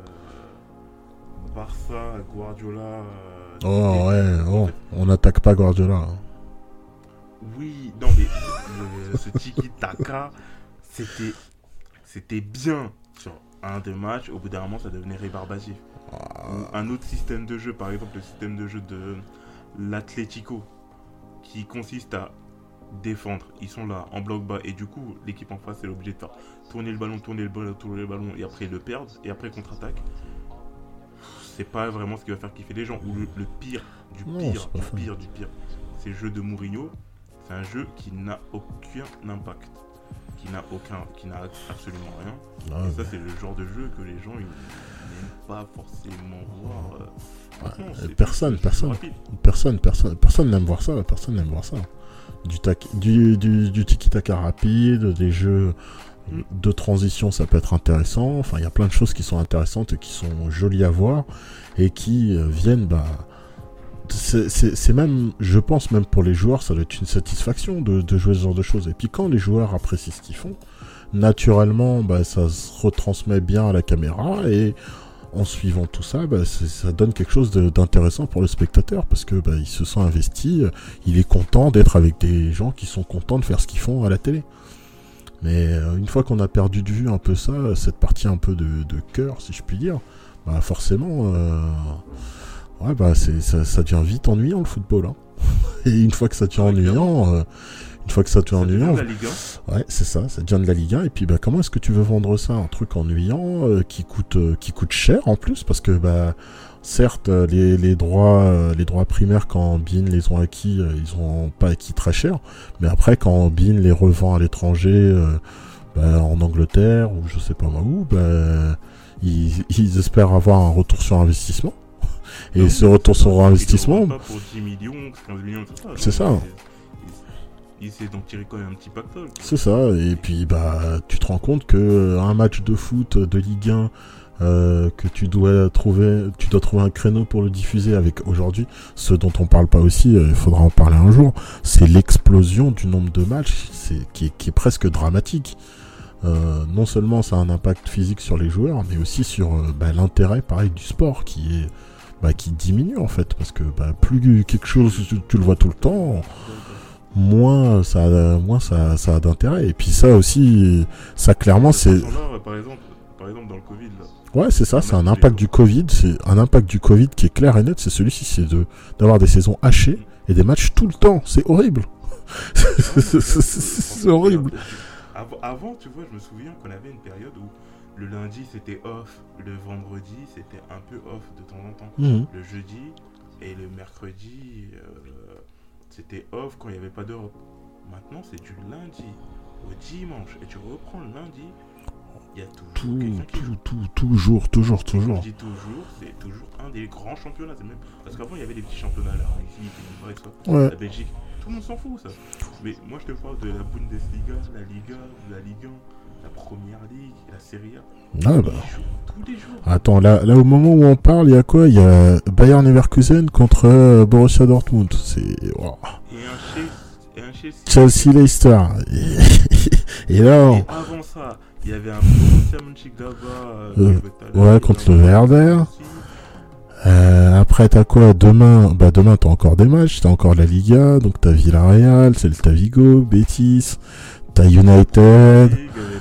Barça, Guardiola... on n'attaque pas Guardiola. Oui, non mais ce tiki-taka, c'était bien sur un des matchs, au bout d'un moment ça devenait rébarbatif. Un autre système de jeu, par exemple le système de jeu de l'Atlético, qui consiste à défendre, ils sont là en bloc bas et du coup l'équipe en face est obligée de faire tourner le ballon et après ils le perdent et après contre-attaque. C'est pas vraiment ce qui va faire kiffer les gens. Ou le pire du pire, c'est le jeu de Mourinho. C'est un jeu qui n'a aucun impact. qui n'a absolument rien. Ah, Et ça, c'est le genre de jeu que les gens ils n'aiment pas forcément voir. Personne n'aime voir ça. Personne n'aime voir ça. Du tiki-taka rapide, des jeux de transition, ça peut être intéressant. Enfin, il y a plein de choses qui sont intéressantes et qui sont jolies à voir et qui viennent. C'est même, je pense même pour les joueurs, ça doit être une satisfaction de jouer ce genre de choses. Et puis quand les joueurs apprécient ce qu'ils font, naturellement, ça se retransmet bien à la caméra et en suivant tout ça, ça donne quelque chose d'intéressant pour le spectateur parce que il se sent investi, il est content d'être avec des gens qui sont contents de faire ce qu'ils font à la télé. Mais une fois qu'on a perdu de vue un peu ça, cette partie un peu de cœur, si je puis dire, forcément, ça devient vite ennuyant le football. Hein. Et une fois que ça devient ennuyant, de la Ligue 1. Ouais, c'est ça devient de la Ligue 1. Et puis comment est-ce que tu veux vendre ça, un truc ennuyant qui coûte cher en plus, parce que certes les droits primaires quand Bein les ont acquis, ils ont pas acquis très cher, mais après quand Bein les revend à l'étranger, en Angleterre ou je sais pas moi où, ils espèrent avoir un retour sur investissement. Et ce retour sur investissement, pas pour 10 millions, 15 millions, tout ça. C'est ça. Ils essaient d'en tirer quand même un petit pactole. C'est ça, et puis tu te rends compte que un match de foot de Ligue 1 que tu dois trouver un créneau pour le diffuser avec aujourd'hui, ce dont on parle pas aussi, il faudra en parler un jour, c'est l'explosion du nombre de matchs, qui est presque dramatique. Non seulement ça a un impact physique sur les joueurs, mais aussi sur l'intérêt pareil du sport qui diminue en fait, parce que plus quelque chose tu le vois tout le temps, moins ça a d'intérêt. Et puis ça aussi, ça clairement c'est par exemple dans le Covid là. Ouais, c'est ça, c'est un impact du Covid, qui est clair et net, c'est celui-ci, c'est d'avoir des saisons hachées et des matchs tout le temps, c'est horrible. C'est horrible. Avant, tu vois, je me souviens qu'on avait une période où le lundi c'était off, le vendredi c'était un peu off de temps en temps, le jeudi et le mercredi c'était off quand il n'y avait pas d'Europe. Maintenant c'est du lundi au dimanche et tu reprends le lundi, il y a toujours quelqu'un qui joue. Toujours. Quand je dis toujours, c'est toujours un des grands championnats. C'est même... Parce qu'avant il y avait des petits championnats, la Belgique, la Belgique. Tout le monde s'en fout ça. Mais moi je te parle de la Bundesliga, la Liga, la Ligue 1, la Première Ligue, la Serie A. Tous les jours. Attends, là au moment où on parle, il y a quoi? Il y a Bayern Leverkusen contre Borussia Dortmund. C'est wow. Et un Chelsea Leicester. Et là. Et avant ça, il y avait un Borussia Mönchengladbach contre le Werder. Après t'as quoi demain? Demain t'as encore des matchs, t'as encore la Liga, donc t'as Villarreal, Celta Vigo, Betis, t'as United,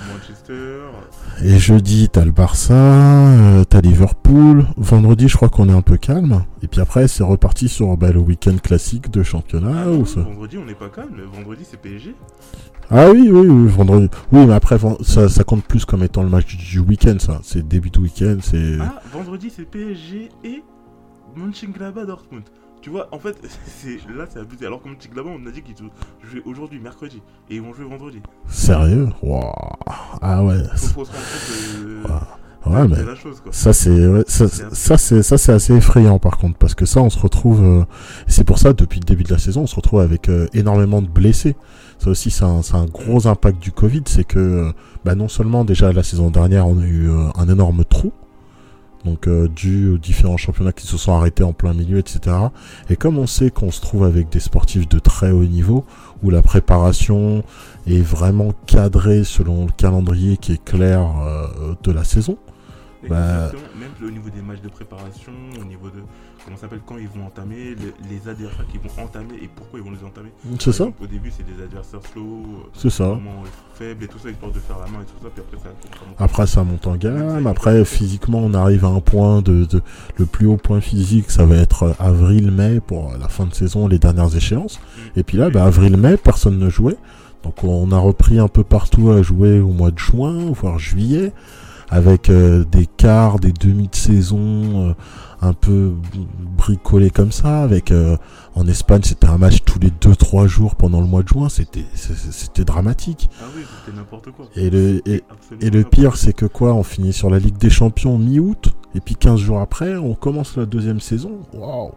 et jeudi t'as le Barça, t'as Liverpool. Vendredi je crois qu'on est un peu calme, et puis après c'est reparti sur le week-end classique de championnat. Vendredi on n'est pas calme, vendredi c'est PSG. Ah oui, vendredi. Oui, mais après, ça compte plus comme étant le match du week-end, ça. C'est le début de week-end, c'est... Ah, vendredi, c'est PSG et Mönchengladbach Dortmund. Tu vois, en fait, c'est abusé. Alors que Mönchengladbach, on a dit qu'ils jouaient aujourd'hui, mercredi, et ils vont jouer vendredi. Sérieux? Wow. Ah ouais. Faut se rendre compte Ouais, mais la chose, quoi. Ça c'est assez effrayant par contre, parce que ça on se retrouve, c'est pour ça depuis le début de la saison on se retrouve avec énormément de blessés. Ça aussi c'est un gros impact du Covid, c'est que non seulement déjà la saison dernière on a eu un énorme trou, donc dû aux différents championnats qui se sont arrêtés en plein milieu, etc. Et comme on sait qu'on se trouve avec des sportifs de très haut niveau, où la préparation est vraiment cadrée selon le calendrier qui est clair de la saison. Exactement, même au niveau des matchs de préparation, au niveau de quand ils vont entamer, les adversaires qu'ils vont entamer et pourquoi ils vont les entamer. C'est ça. Au début c'est des adversaires slow, c'est ça, vraiment faibles et tout ça, histoire de faire la main et tout ça, puis après ça monte en gamme. Après physiquement on arrive à un point le plus haut point physique, ça va être avril-mai pour la fin de saison, les dernières échéances. Et puis là avril-mai personne ne jouait, donc on a repris un peu partout à jouer au mois de juin voire juillet. avec des quarts, des demi de saison un peu bricolés comme ça. Avec en Espagne, c'était un match tous les 2-3 jours pendant le mois de juin. C'était dramatique. Ah oui, c'était n'importe quoi. Et le pire, c'est que quoi, on finit sur la Ligue des Champions mi-août, et puis 15 jours après, on commence la deuxième saison. Waouh.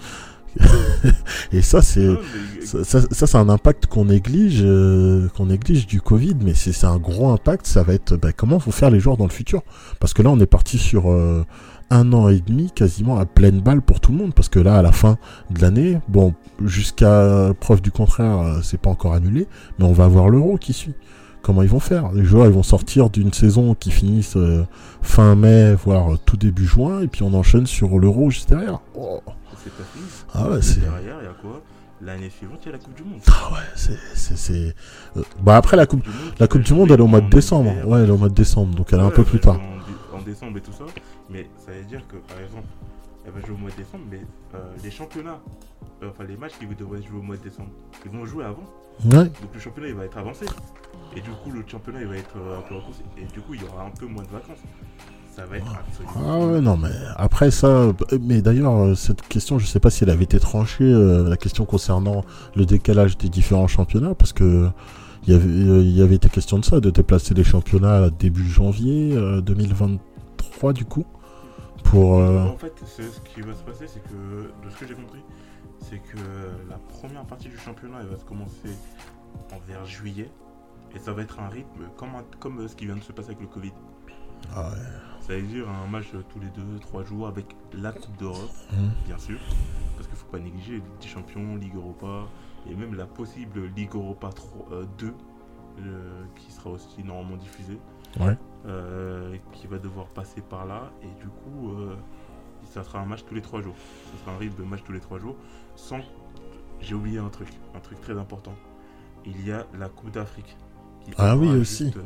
Et ça c'est un impact qu'on néglige du Covid, mais c'est un gros impact. Ça va être comment vont faire les joueurs dans le futur, parce que là on est parti sur 1 an et demi quasiment à pleine balle pour tout le monde, parce que là à la fin de l'année, bon, jusqu'à preuve du contraire, c'est pas encore annulé, mais on va avoir l'Euro qui suit. Comment ils vont faire? Les joueurs, ils vont sortir d'une saison qui finisse fin mai, voire tout début juin, et puis on enchaîne sur l'Euro juste derrière. Oh. C'est pas fini. Ah ouais, c'est... Derrière, il y a quoi? L'année suivante, il y a la Coupe du Monde. Ah ouais, c'est... après, la Coupe du Monde, elle est au mois de décembre. Ouais, elle est au mois de décembre, donc elle est un peu plus tard. En décembre et tout ça. Mais ça veut dire que, par exemple, elle va jouer au mois de décembre, mais les championnats, enfin les matchs qui devraient jouer au mois de décembre, ils vont jouer avant. Ouais. Donc le championnat, il va être avancé. Et du coup, le championnat, il va être un peu repoussé. Et du coup, il y aura un peu moins de vacances. Ça va être absolument... Ah ouais, non, mais après ça... Mais d'ailleurs, cette question, je sais pas si elle avait été tranchée, la question concernant le décalage des différents championnats, parce que il y avait été question de ça, de déplacer les championnats début janvier 2023, du coup, pour... En fait, ce qui va se passer, c'est que, de ce que j'ai compris, c'est que la première partie du championnat, elle va se commencer vers juillet, et ça va être un rythme comme ce qui vient de se passer avec le Covid. Ah ouais. Ça veut dire un match tous les 2-3 jours avec la Coupe d'Europe, bien sûr, parce qu'il ne faut pas négliger Ligue des Champions, Ligue Europa, et même la possible Ligue Europa 2, qui sera aussi normalement diffusée, ouais. Qui va devoir passer par là, et du coup, ça sera un match tous les 3 jours. Ça sera un rythme de match tous les 3 jours, sans... J'ai oublié un truc très important. Il y a la Coupe d'Afrique. Ah oui, aussi. Juste,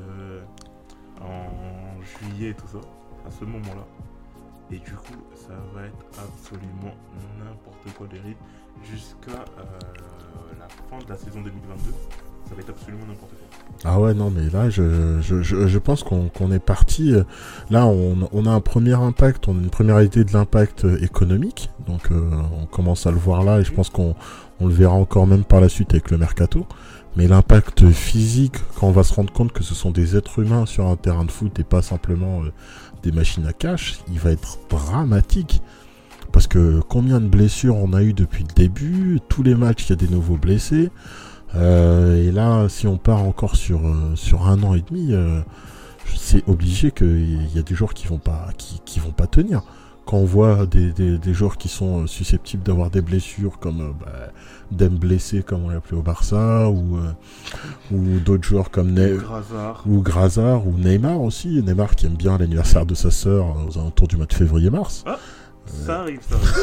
en juillet et tout ça, à ce moment-là. Et du coup, ça va être absolument n'importe quoi les rythmes jusqu'à la fin de la saison 2022. Ça va être absolument n'importe quoi. Ah ouais, non, mais là, je pense qu'on est parti. Là, on a un premier impact, on a une première idée de l'impact économique. Donc, on commence à le voir là, et je pense qu'on le verra encore même par la suite avec le mercato. Mais l'impact physique, quand on va se rendre compte que ce sont des êtres humains sur un terrain de foot et pas simplement des machines à cash, il va être dramatique. Parce que combien de blessures on a eu depuis le début, tous les matchs, il y a des nouveaux blessés. Et là, si on part encore sur 1 an et demi, c'est obligé qu'il y a des joueurs qui vont pas tenir. Quand on voit des joueurs qui sont susceptibles d'avoir des blessures comme Dembélé, comme on l'appelait au Barça, ou d'autres joueurs comme Grazard, ou Neymar aussi. Neymar qui aime bien l'anniversaire de sa sœur aux alentours du mois de février-mars. Ah, ça arrive.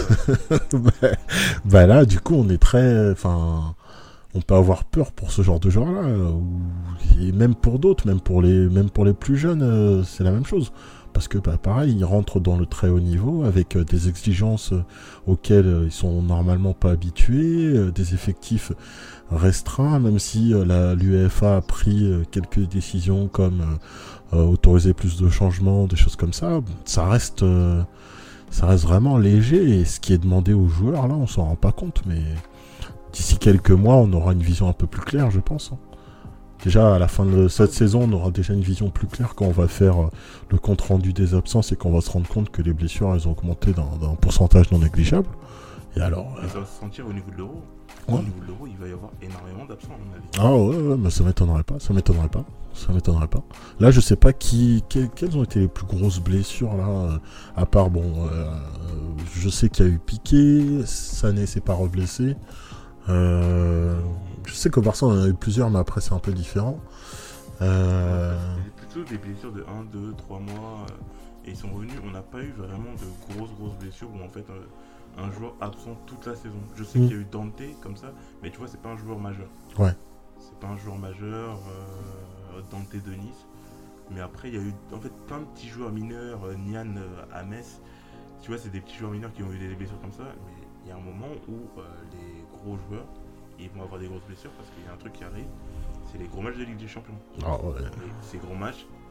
Là, du coup, on est très... Enfin, on peut avoir peur pour ce genre de joueurs-là. Et même pour d'autres, même pour les plus jeunes, c'est la même chose. Parce que pareil, ils rentrent dans le très haut niveau avec des exigences auxquelles ils sont normalement pas habitués, des effectifs restreints, même si l'UEFA a pris quelques décisions comme autoriser plus de changements, des choses comme ça. Ça reste vraiment léger, et ce qui est demandé aux joueurs, là, on s'en rend pas compte, mais d'ici quelques mois, on aura une vision un peu plus claire, je pense. Déjà, à la fin de cette saison, on aura déjà une vision plus claire quand on va faire le compte-rendu des absences et qu'on va se rendre compte que les blessures, elles ont augmenté d'un pourcentage non négligeable. Et alors... ça va se sentir au niveau de l'Euro. Ouais. Au niveau de l'Euro, il va y avoir énormément d'absents, à mon avis. Ah ouais, mais ça m'étonnerait pas. Là, je sais pas quelles ont été les plus grosses blessures, là, à part, je sais qu'il y a eu Piqué, Sané s'est pas reblessé. Je sais qu'au Barça on en a eu plusieurs, mais après c'est un peu différent. C'est plutôt des blessures de 1, 2, 3 mois, et ils sont revenus. On n'a pas eu vraiment de grosses blessures où en fait un joueur absent toute la saison. Je sais qu'il y a eu Dante comme ça, mais tu vois, c'est pas un joueur majeur. Ouais. C'est pas un joueur majeur, Dante de Nice. Mais après, il y a eu en fait plein de petits joueurs mineurs, Nian à Metz. Tu vois, c'est des petits joueurs mineurs qui ont eu des blessures comme ça, mais il y a un moment où les gros joueurs, ils vont avoir des grosses blessures parce qu'il y a un truc qui arrive, c'est les gros matchs de Ligue des Champions. Ah ouais. Et ces gros matchs,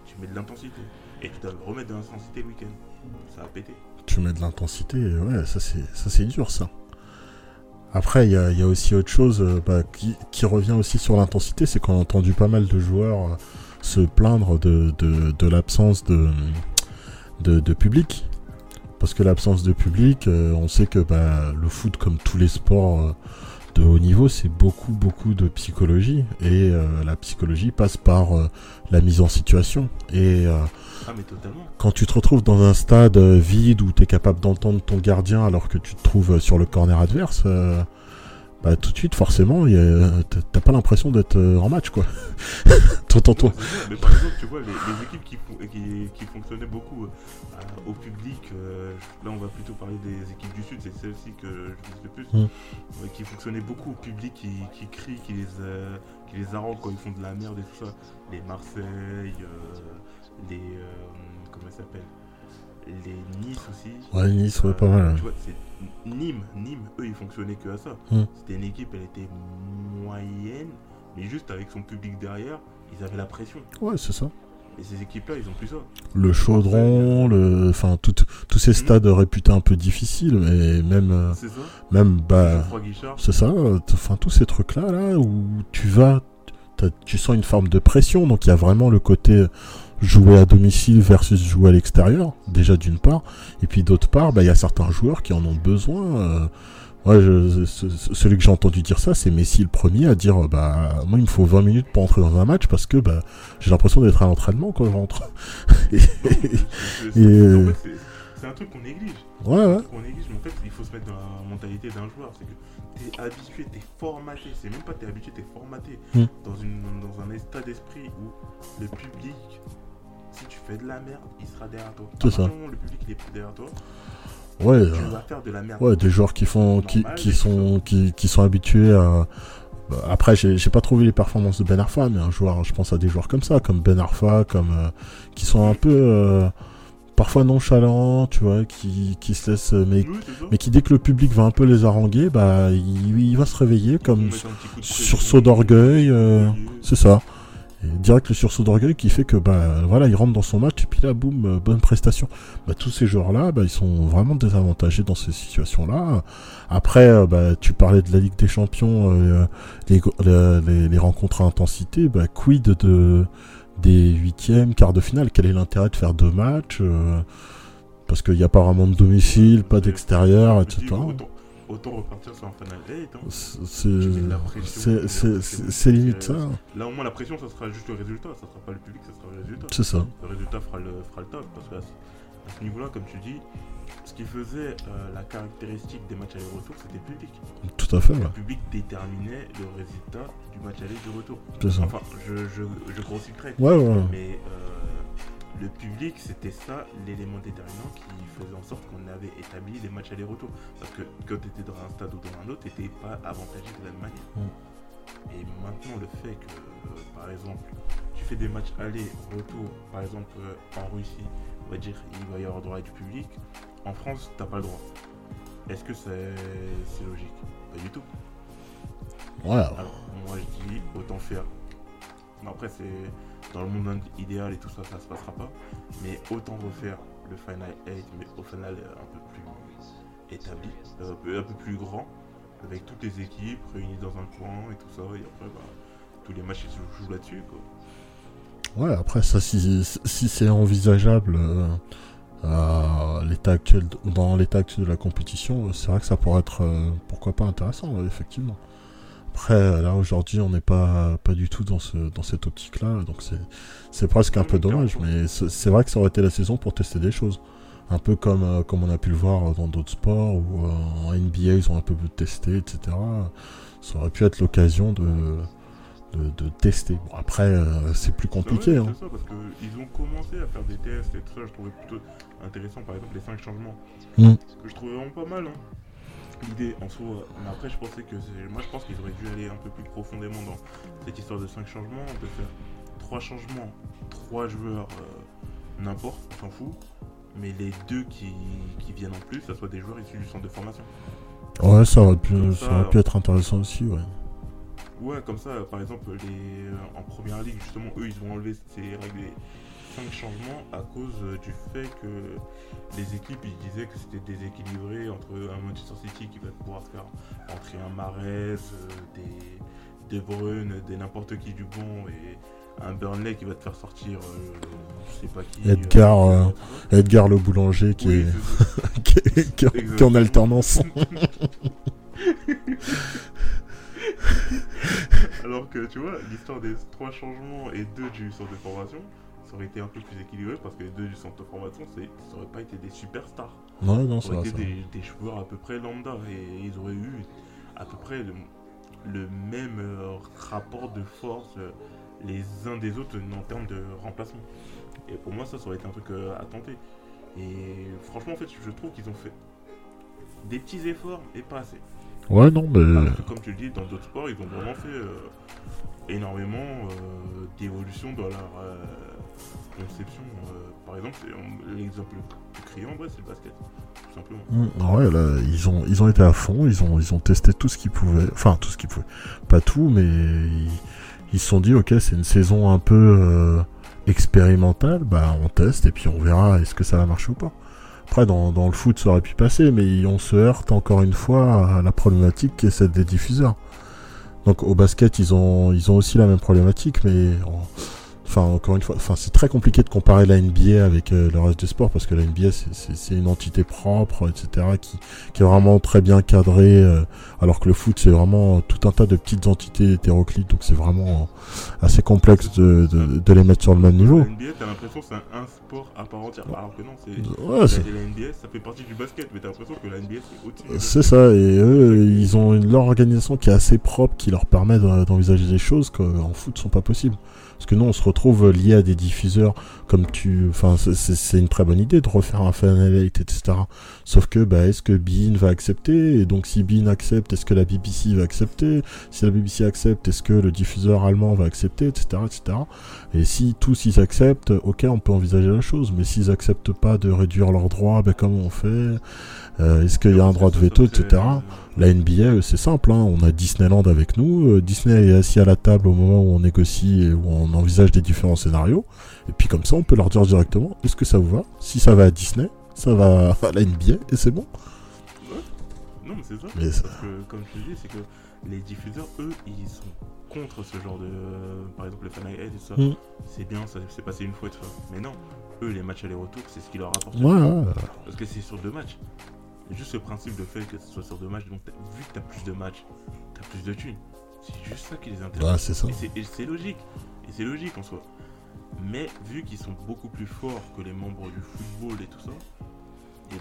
tu mets de l'intensité. Et tu dois remettre de l'intensité le week-end. Ça va péter. Tu mets de l'intensité, ouais, ça c'est dur ça. Après, il y a aussi autre chose qui revient aussi sur l'intensité, c'est qu'on a entendu pas mal de joueurs se plaindre de l'absence de public. Parce que l'absence de public, on sait que le foot, comme tous les sports de haut niveau, c'est beaucoup de psychologie. Et la psychologie passe par la mise en situation. Et mais totalement. Quand tu te retrouves dans un stade vide où tu es capable d'entendre ton gardien alors que tu te trouves sur le corner adverse, tout de suite, forcément, t'as pas l'impression d'être en match, quoi. T'entends toi. Mais par exemple, tu vois, les équipes qui fonctionnaient beaucoup au public, là on va plutôt parler des équipes du Sud, c'est celle-ci que je vise le plus, qui fonctionnaient beaucoup au public, qui crient, qui les arrangent quand ils font de la merde et tout ça. Les Marseille, comment ça s'appelle, les Nice aussi. Ouais, Nice, pas mal. Tu vois, c'est Nîmes, eux ils fonctionnaient que à ça. C'était une équipe, elle était moyenne, mais juste avec son public derrière, ils avaient la pression. Ouais, c'est ça. Et ces équipes-là, ils ont plus ça. Le Chaudron, tous ces stades réputés un peu difficiles, mais même, c'est ça. Même Guichard. C'est ça. Tous ces trucs-là, là où tu vas, tu sens une forme de pression, donc il y a vraiment le côté jouer à domicile versus jouer à l'extérieur, déjà d'une part, et puis d'autre part, il y a certains joueurs qui en ont besoin. Celui que j'ai entendu dire ça, c'est Messi le premier à dire moi il me faut 20 minutes pour entrer dans un match parce que j'ai l'impression d'être à l'entraînement quand je rentre. C'est un truc qu'on néglige. Ouais. Qu'on néglige, mais en fait, il faut se mettre dans la mentalité d'un joueur. C'est que t'es habitué, t'es formaté. C'est même pas t'es habitué, t'es formaté dans un état d'esprit où le public, si tu fais de la merde, il sera derrière toi. C'est ça. Le public il est plus derrière toi. Ouais, tu vas faire de la merde. Ouais, des joueurs qui sont habitués à. Après, j'ai pas trouvé les performances de Ben Arfa, mais je pense à des joueurs comme ça, comme Ben Arfa, qui sont un peu parfois nonchalants, tu vois, qui se laissent, mais qui dès que le public va un peu les haranguer, il va se réveiller comme sursaut d'orgueil, c'est ça. Et direct le sursaut d'orgueil qui fait que il rentre dans son match et puis là boum, bonne prestation. Tous ces joueurs-là, ils sont vraiment désavantagés dans ces situations-là. Après, tu parlais de la Ligue des Champions, les rencontres à intensité, quid des huitièmes, quarts de finale, quel est l'intérêt de faire 2 matchs parce qu'il n'y a pas vraiment de domicile, pas d'extérieur, etc. Autant repartir sur un Final 8. C'est limite ça. Là au moins la pression ça sera juste le résultat, ça sera pas le public, ça sera le résultat. C'est ça. Le résultat fera le top parce que à ce niveau-là, comme tu dis, ce qui faisait la caractéristique des matchs aller-retour, c'était le public. Tout à fait. Le public déterminait le résultat du match aller et du retour. C'est ça. Enfin, je grossis le trait. Ouais. Mais le public, c'était ça l'élément déterminant qui faisait en sorte qu'on avait établi les matchs aller-retour. Parce que quand tu étais dans un stade ou dans un autre, tu n'étais pas avantagé de la même manière. Et maintenant, le fait que, par exemple, tu fais des matchs aller-retour, par exemple en Russie, on va dire il va y avoir droit à du public. En France, tu n'as pas le droit. Est-ce que c'est logique? Pas du tout. Ouais. Alors, moi je dis autant faire. Après, c'est dans le monde idéal et tout ça, ça se passera pas. Mais autant refaire le Final 8, mais au final un peu plus établi, un peu plus grand, avec toutes les équipes réunies dans un coin et tout ça. Et après, tous les matchs ils se jouent là-dessus, quoi. Ouais, après ça, si c'est envisageable dans l'état actuel de la compétition, c'est vrai que ça pourrait être pourquoi pas intéressant, effectivement. Après, là aujourd'hui, on n'est pas du tout dans cette optique-là, donc c'est presque un peu dommage, mais c'est vrai que ça aurait été la saison pour tester des choses. Un peu comme on a pu le voir dans d'autres sports, où en NBA ils ont un peu testé, etc. Ça aurait pu être l'occasion de tester. Bon, après, c'est plus compliqué. C'est ça, parce qu'ils ont commencé à faire des tests et tout ça, je trouvais plutôt intéressant, par exemple les 5 changements. Que je trouvais vraiment pas mal, l'idée en soi. Mais après, je pense qu'ils auraient dû aller un peu plus profondément dans cette histoire de 5 changements. On peut faire 3 changements, 3 joueurs, n'importe, on s'en fout. Mais les 2 qui viennent en plus, ça soit des joueurs issus du centre de formation. Ouais, ça aurait pu être intéressant aussi, ouais. Ouais, comme ça, par exemple, en première ligue, justement, eux, ils ont enlevé ces règles, 5 changements à cause du fait que les équipes ils disaient que c'était déséquilibré entre un Manchester City qui va pouvoir faire entrer un Mahrez, des De Bruyne, des n'importe qui du bon et un Burnley qui va te faire sortir je sais pas qui. Edgar le boulanger qui Oui, est qui est en alternance. Alors que tu vois, l'histoire des 3 changements et 2 du centre de formation, ça aurait été un peu plus équilibré parce que les 2 du centre de formation, ça aurait pas été des superstars. Ouais, non, Ça ça aurait va. été des joueurs à peu près lambda et ils auraient eu à peu près le même rapport de force les uns des autres en termes de remplacement. Et pour moi, ça aurait été un truc à tenter. Et franchement, en fait, je trouve qu'ils ont fait des petits efforts et pas assez. Ouais, non, mais. Parce que comme tu le dis, dans d'autres sports, ils ont vraiment fait énormément d'évolution dans leur conception. Par exemple, l'exemple le plus criant, c'est le basket, tout simplement. Ouais, là, ils ont été à fond, ils ont testé tout ce qu'ils pouvaient. Enfin, tout ce qu'ils pouvaient. Pas tout, mais ils se sont dit, ok, c'est une saison un peu expérimentale, bah on teste et puis on verra est-ce que ça va marcher ou pas. Après, dans le foot, ça aurait pu passer, mais on se heurte encore une fois à la problématique qui est celle des diffuseurs. Donc au basket, ils ont aussi la même problématique, mais encore une fois, c'est très compliqué de comparer la NBA avec le reste du sport parce que la NBA c'est une entité propre, etc., qui est vraiment très bien cadrée, alors que le foot c'est vraiment tout un tas de petites entités hétéroclites, donc c'est vraiment assez complexe de les mettre sur le même niveau. La NBA, t'as l'impression que c'est un sport à part entière, alors que non, la NBA, ça fait partie du basket, mais t'as l'impression que la NBA c'est au-dessus. C'est ça, et eux, ils ont leur organisation qui est assez propre, qui leur permet d'envisager des choses qu'en foot sont pas possibles. Parce que nous, on se retrouve lié à des diffuseurs comme c'est une très bonne idée de refaire un Fanelate, etc. Sauf que, est-ce que beIN va accepter? Et donc, si beIN accepte, est-ce que la BBC va accepter? Si la BBC accepte, est-ce que le diffuseur allemand va accepter, etc., etc. Et si tous ils acceptent, ok, on peut envisager la chose. Mais s'ils acceptent pas de réduire leurs droits, comment on fait? Est-ce qu'il y a un droit de veto, etc. La NBA, c'est simple, hein. On a Disneyland avec nous. Disney est assis à la table au moment où on négocie et où on envisage des différents scénarios. Et puis comme ça, on peut leur dire directement, est-ce que ça vous va? Si ça va à Disney, ça va à la NBA et c'est bon. Ouais. Non, mais c'est ça. Mais parce que, comme tu dis, c'est que les diffuseurs, eux, ils sont contre ce genre de... par exemple, le Fan Aid et tout ça. C'est bien, ça s'est passé une fois et tout ça. Mais non, eux, les matchs aller-retour, c'est ce qui leur apporte. Ouais. Parce que c'est sur 2 matchs. Juste le principe de fait que ce soit sur 2 matchs, donc vu que t'as plus de matchs, t'as plus de thunes. C'est juste ça qui les intéresse. Ouais, c'est ça. Et c'est logique. Et c'est logique en soi. Mais vu qu'ils sont beaucoup plus forts que les membres du football et tout ça, et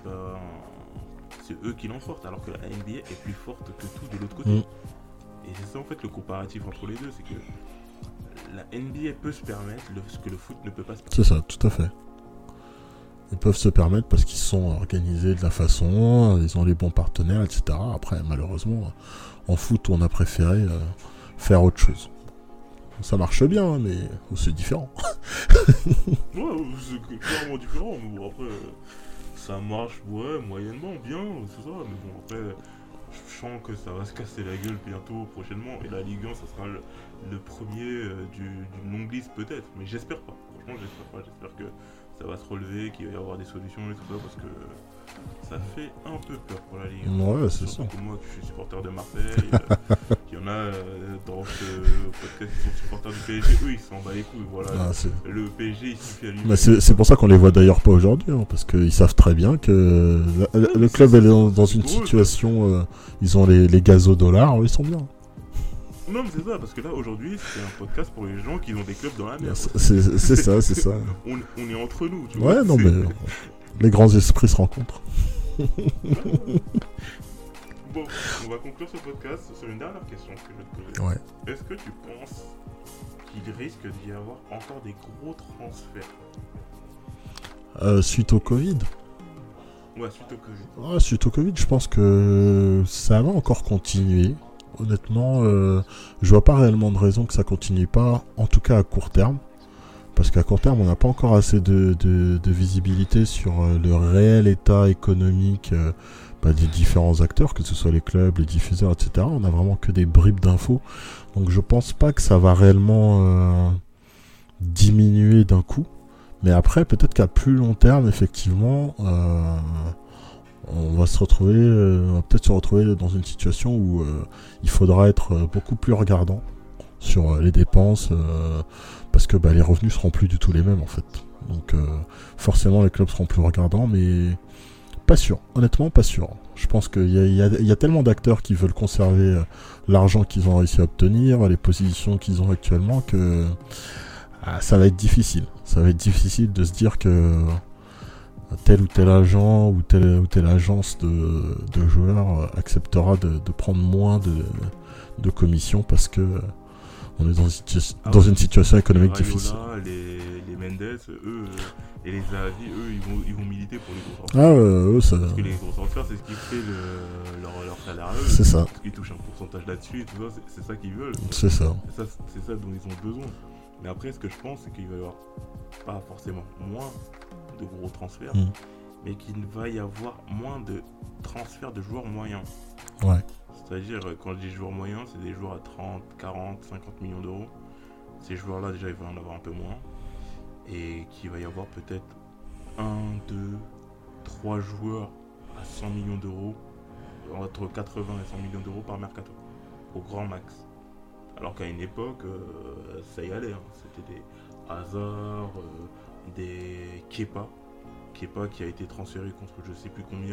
c'est eux qui l'emportent, alors que la NBA est plus forte que tout de l'autre côté. Et c'est ça en fait le comparatif entre les deux, c'est que la NBA peut se permettre ce que le foot ne peut pas se permettre. C'est ça, tout à fait. Ils peuvent se permettre parce qu'ils sont organisés de la façon, ils ont les bons partenaires, etc. Après, malheureusement, en foot, on a préféré faire autre chose. Ça marche bien, mais c'est différent. Ouais, c'est clairement différent. Mais bon, après, ça marche, moyennement, bien, tout ça. Mais bon, après, je sens que ça va se casser la gueule bientôt, prochainement. Et la Ligue 1, ça sera le premier d'une longue liste, peut-être. Mais j'espère pas. Franchement, j'espère pas. J'espère que ça va se relever, qu'il va y avoir des solutions et tout ça, parce que ça fait un peu peur pour la Ligue 1. Ouais, c'est ça. Surtout moi, je suis supporter de Marseille. Il y en a dans ce podcast qui sont supporters du PSG. Eux, ils s'en battent les couilles. Voilà. Le PSG, il suffit à lui. Mais c'est pour ça qu'on les voit d'ailleurs pas aujourd'hui, hein, parce qu'ils savent très bien que le club est dans une situation. Ils ont les gazodollars, ils sont bien. Non, mais c'est ça, parce que là, aujourd'hui, c'est un podcast pour les gens qui ont des clubs dans la merde. C'est ça. On est entre nous, tu vois. Ouais, non, mais les grands esprits se rencontrent. Bon, on va conclure ce podcast sur une dernière question que je vais te poser. Ouais. Est-ce que tu penses qu'il risque d'y avoir encore des gros transferts suite au Covid? Ouais, suite au Covid. Ouais, suite au Covid, je pense que ça va encore continuer. Honnêtement, je vois pas réellement de raison que ça continue pas, en tout cas à court terme. Parce qu'à court terme, on n'a pas encore assez de visibilité sur le réel état économique des différents acteurs, que ce soit les clubs, les diffuseurs, etc. On a vraiment que des bribes d'infos. Donc je pense pas que ça va réellement diminuer d'un coup. Mais après, peut-être qu'à plus long terme, effectivement, on va peut-être se retrouver dans une situation où il faudra être beaucoup plus regardant sur les dépenses, parce que les revenus seront plus du tout les mêmes en fait. Donc forcément les clubs seront plus regardants, mais pas sûr, honnêtement pas sûr. Je pense qu'il y a tellement d'acteurs qui veulent conserver l'argent qu'ils ont réussi à obtenir, les positions qu'ils ont actuellement, que ça va être difficile. Ça va être difficile de se dire que tel ou tel agent ou telle agence de joueurs acceptera de prendre moins de commissions parce que on est dans une situation économique difficile. Les Mendes, eux, et les Zahavi, eux, ils vont militer pour les gros transferts. Ça... Parce que les gros transferts, c'est ce qui fait leur salaire à eux. C'est ça. Parce qu'ils touchent un pourcentage là-dessus et tout ça, c'est ça qu'ils veulent. C'est ça. C'est ça dont ils ont besoin. Mais après, ce que je pense, c'est qu'il va y avoir pas forcément moins de gros transferts, mais qu'il va y avoir moins de transferts de joueurs moyens. Ouais. C'est-à-dire, quand je dis joueurs moyens, c'est des joueurs à 30, 40, 50 millions d'euros. Ces joueurs-là, déjà, il va y en avoir un peu moins. Et qu'il va y avoir peut-être 1, 2, 3 joueurs à 100 millions d'euros, entre 80 et 100 millions d'euros par mercato, au grand max. Alors qu'à une époque, ça y allait. C'était des Hazard, des Kepa qui a été transféré contre je sais plus combien.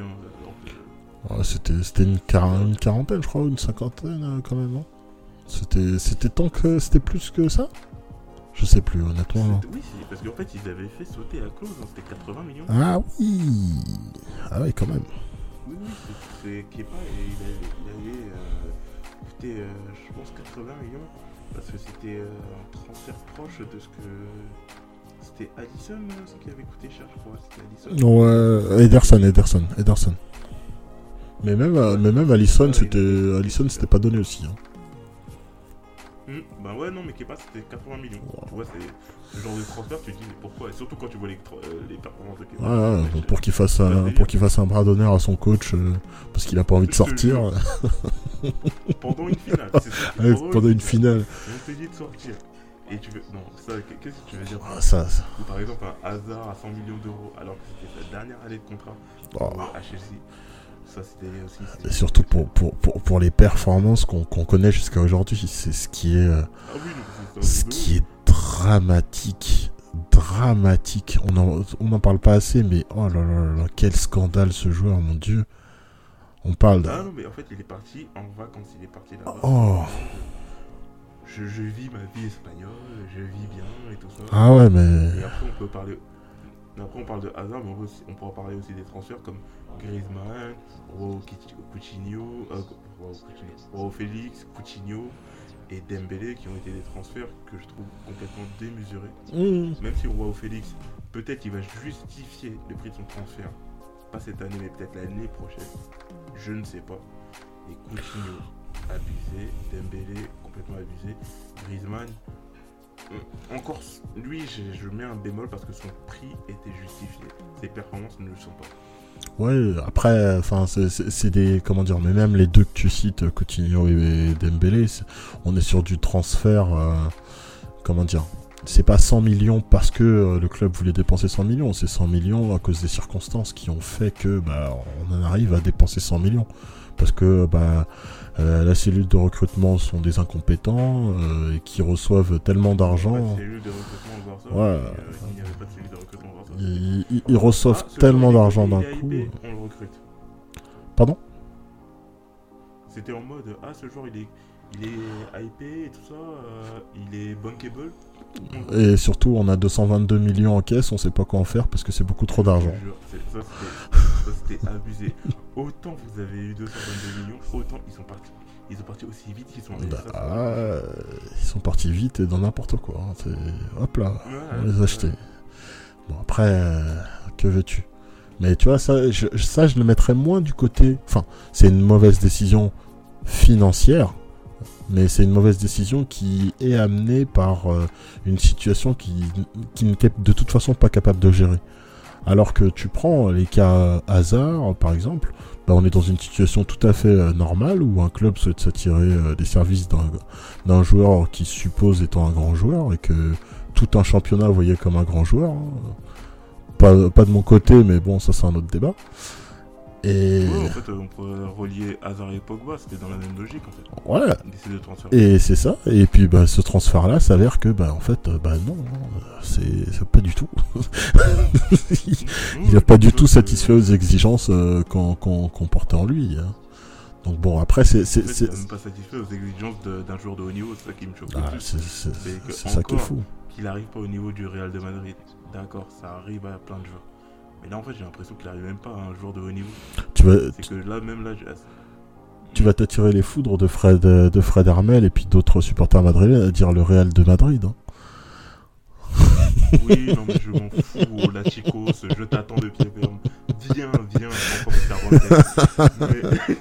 C'était une quarantaine, je crois, ou une cinquantaine quand même, non ? C'était plus que ça ? Je sais plus, honnêtement. Oui, parce qu'en fait, ils avaient fait sauter la clause, c'était 80 millions. Ah oui. Ah oui, quand même. Oui, c'est Kepa et il avait coûté, je pense, 80 millions. Parce que c'était un transfert proche de ce que... C'était Alisson, ce qui avait coûté cher, je crois. C'était Alisson. Ouais, Ederson. Mais même Alisson, c'était pas donné aussi. Hein. Bah ouais, non, mais Kepa c'était 80 millions. Wow. Tu vois, c'est ce genre de transfert, tu te dis mais pourquoi ? Et surtout quand tu vois les performances de Kepa. Ouais, pour qu'il fasse un bras d'honneur à son coach parce qu'il a pas envie de sortir. Pendant une finale, c'est ça. Pendant une finale. On te dit de sortir. Et tu veux. Non, ça, qu'est-ce que tu veux dire ? Ça. Ou par exemple, un Hazard à 100 millions d'euros alors que c'était sa dernière année de contrat à Chelsea. Ça, c'était aussi. Et surtout pour les performances qu'on connaît jusqu'à aujourd'hui, c'est ce qui est dramatique. On n'en parle pas assez, mais oh là là, quel scandale ce joueur, mon Dieu. On parle de... Ah non, mais en fait, il est parti en vacances, il est parti là-bas. Oh. Je vis ma vie espagnole, je vis bien et tout ça. Ah ouais, mais... Et après, on parle de Hazard, mais on pourra parler aussi des transferts comme Griezmann, Joao Félix, Coutinho et Dembélé qui ont été des transferts que je trouve complètement démesurés. Même si Joao Félix, peut-être il va justifier le prix de son transfert, pas cette année mais peut-être l'année prochaine, je ne sais pas. Et Coutinho, abusé, Dembélé, complètement abusé, Griezmann, encore lui je mets un bémol parce que son prix était justifié, ses performances ne le sont pas. Ouais, après, c'est des... Comment dire, mais même les deux que tu cites, Coutinho et Dembélé, on est sur du transfert... comment dire, c'est pas 100 millions parce que le club voulait dépenser 100 millions, c'est 100 millions à cause des circonstances qui ont fait que on en arrive à dépenser 100 millions. Parce que la cellule de recrutement sont des incompétents et qui reçoivent tellement d'argent. Cellule de recrutement, voir ça. Ouais. Il n'y avait pas de cellule de recrutement, voir ça. Ils reçoivent tellement d'argent d'un coup. On le recrute. Pardon ? C'était en mode ce joueur il est hypé et tout ça, il est bankable. Et surtout on a 222 millions en caisse, on sait pas quoi en faire parce que c'est beaucoup trop d'argent. Ça c'était abusé. Autant vous avez eu 222 millions, autant ils sont partis aussi vite qu'ils sont arrivés. Ils sont partis vite et dans n'importe quoi. Hop là, on les a achetés. Bon après, que veux-tu ? Mais tu vois, ça je le mettrais moins du côté... Enfin, c'est une mauvaise décision financière, mais c'est une mauvaise décision qui est amenée par une situation qui n'était de toute façon pas capable de gérer. Alors que tu prends les cas Hazard, par exemple, on est dans une situation tout à fait normale où un club souhaite s'attirer des services d'un joueur qui se suppose étant un grand joueur et que tout un championnat voyait comme un grand joueur. Hein. Pas de mon côté, mais bon, ça c'est un autre débat. Et... Ouais, en fait, on pourrait relier Hazard et Pogba, c'était dans la même logique en fait. Ouais. D'essayer de transférer. Et c'est ça. Et puis ce transfert-là s'avère que en fait, non, c'est pas du tout. Il n'a pas du tout satisfait aux exigences qu'on portait en lui. Hein. Donc bon, après c'est même pas satisfait aux exigences d'un joueur de haut niveau, c'est ça qui me choque le plus. C'est ça qui est fou. Qu'il arrive pas au niveau du Real de Madrid. D'accord, ça arrive à plein de joueurs. Mais là en fait j'ai l'impression qu'il arrive même pas à un joueur de haut niveau. C'est que là tu vas t'attirer les foudres de Fred Hermel et puis d'autres supporters madrilènes à dire le Real de Madrid. Hein. Oui, non mais je m'en fous, la Chicos, je t'attends de pied ferme. Viens, encore avec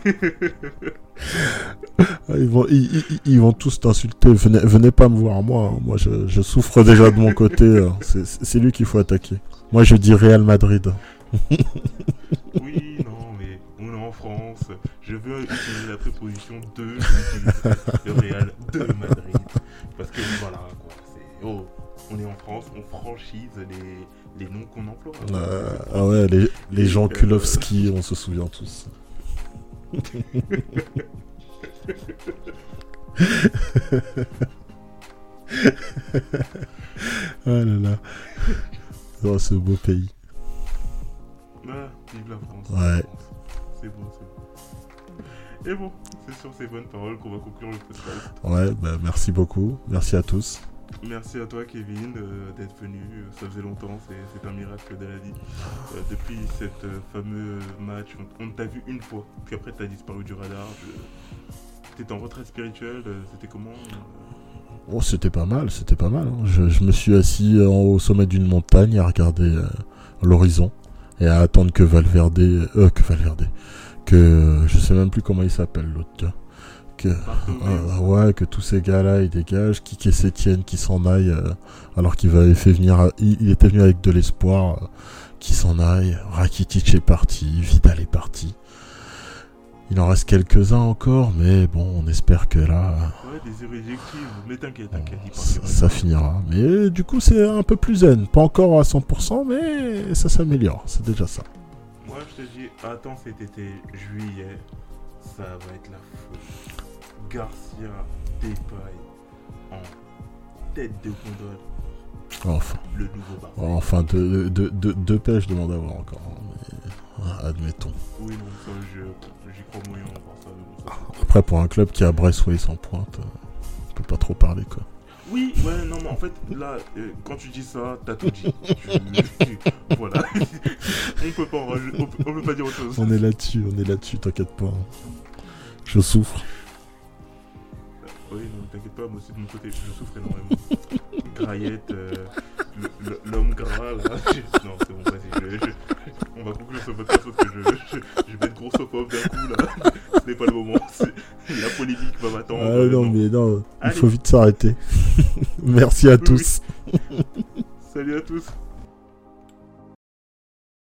ta retraite. Ils vont tous t'insulter. Venez pas me voir, moi. Moi, je souffre déjà de mon côté. C'est lui qu'il faut attaquer. Moi, je dis Real Madrid. Oui, non, mais on est en France. Je veux utiliser la préposition de, je vais utiliser le Real de Madrid. Parce que voilà, quoi. On est en France, on franchise les noms qu'on emploie. Ah ouais, les Jean Kulowski, on se souvient tous. Ah là là. Oh, ce beau pays. Ah, vive la France. Ouais. C'est beau. Et bon, c'est sur ces bonnes paroles qu'on va conclure le podcast. Ouais, merci beaucoup. Merci à tous. Merci à toi Kevin d'être venu, ça faisait longtemps, c'est un miracle de la vie. Depuis cette fameux match, on t'a vu une fois, puis après t'as disparu du radar. T'étais en retraite spirituelle, c'était comment Oh, c'était pas mal. Hein. Je me suis assis au sommet d'une montagne à regarder l'horizon et à attendre que je sais même plus comment il s'appelle l'autre gars. Que tous ces gars-là ils dégagent, Kike Sétienne qui s'en aille alors qu'il il était venu avec de l'espoir, qui s'en aille. Rakitic est parti, Vidal est parti. Il en reste quelques-uns encore, mais bon, on espère que là... Ouais, des irréductibles, mais t'inquiète, ça finira. Mais du coup, c'est un peu plus zen. Pas encore à 100%, mais ça s'améliore. C'est déjà ça. Moi, je te dis, attends cet été, juillet, ça va être la folie. Garcia, Depay, en tête de gondole. Enfin. Le nouveau bar. Enfin, deux pêches, je demande à voir encore. Mais, admettons. Oui, non, ça, j'y crois moyen à voir ça. Après, pour un club qui a Bressway sans pointe, on peut pas trop parler, quoi. Oui, ouais, non, mais en fait, là, quand tu dis ça, t'as tout dit. Voilà. On peut pas en rajouter, on peut pas dire autre chose. On est là-dessus, t'inquiète pas. Je souffre. Oui, non, t'inquiète pas, moi aussi de mon côté, je souffre énormément. Graillette, l'homme gras, là. Non, c'est bon, vas-y, on va conclure ce podcast parce que je vais être grossophobe d'un coup, là. Ce n'est pas le moment, la polémique va m'attendre. Ah non, mais non, il faut vite s'arrêter. Merci à tous.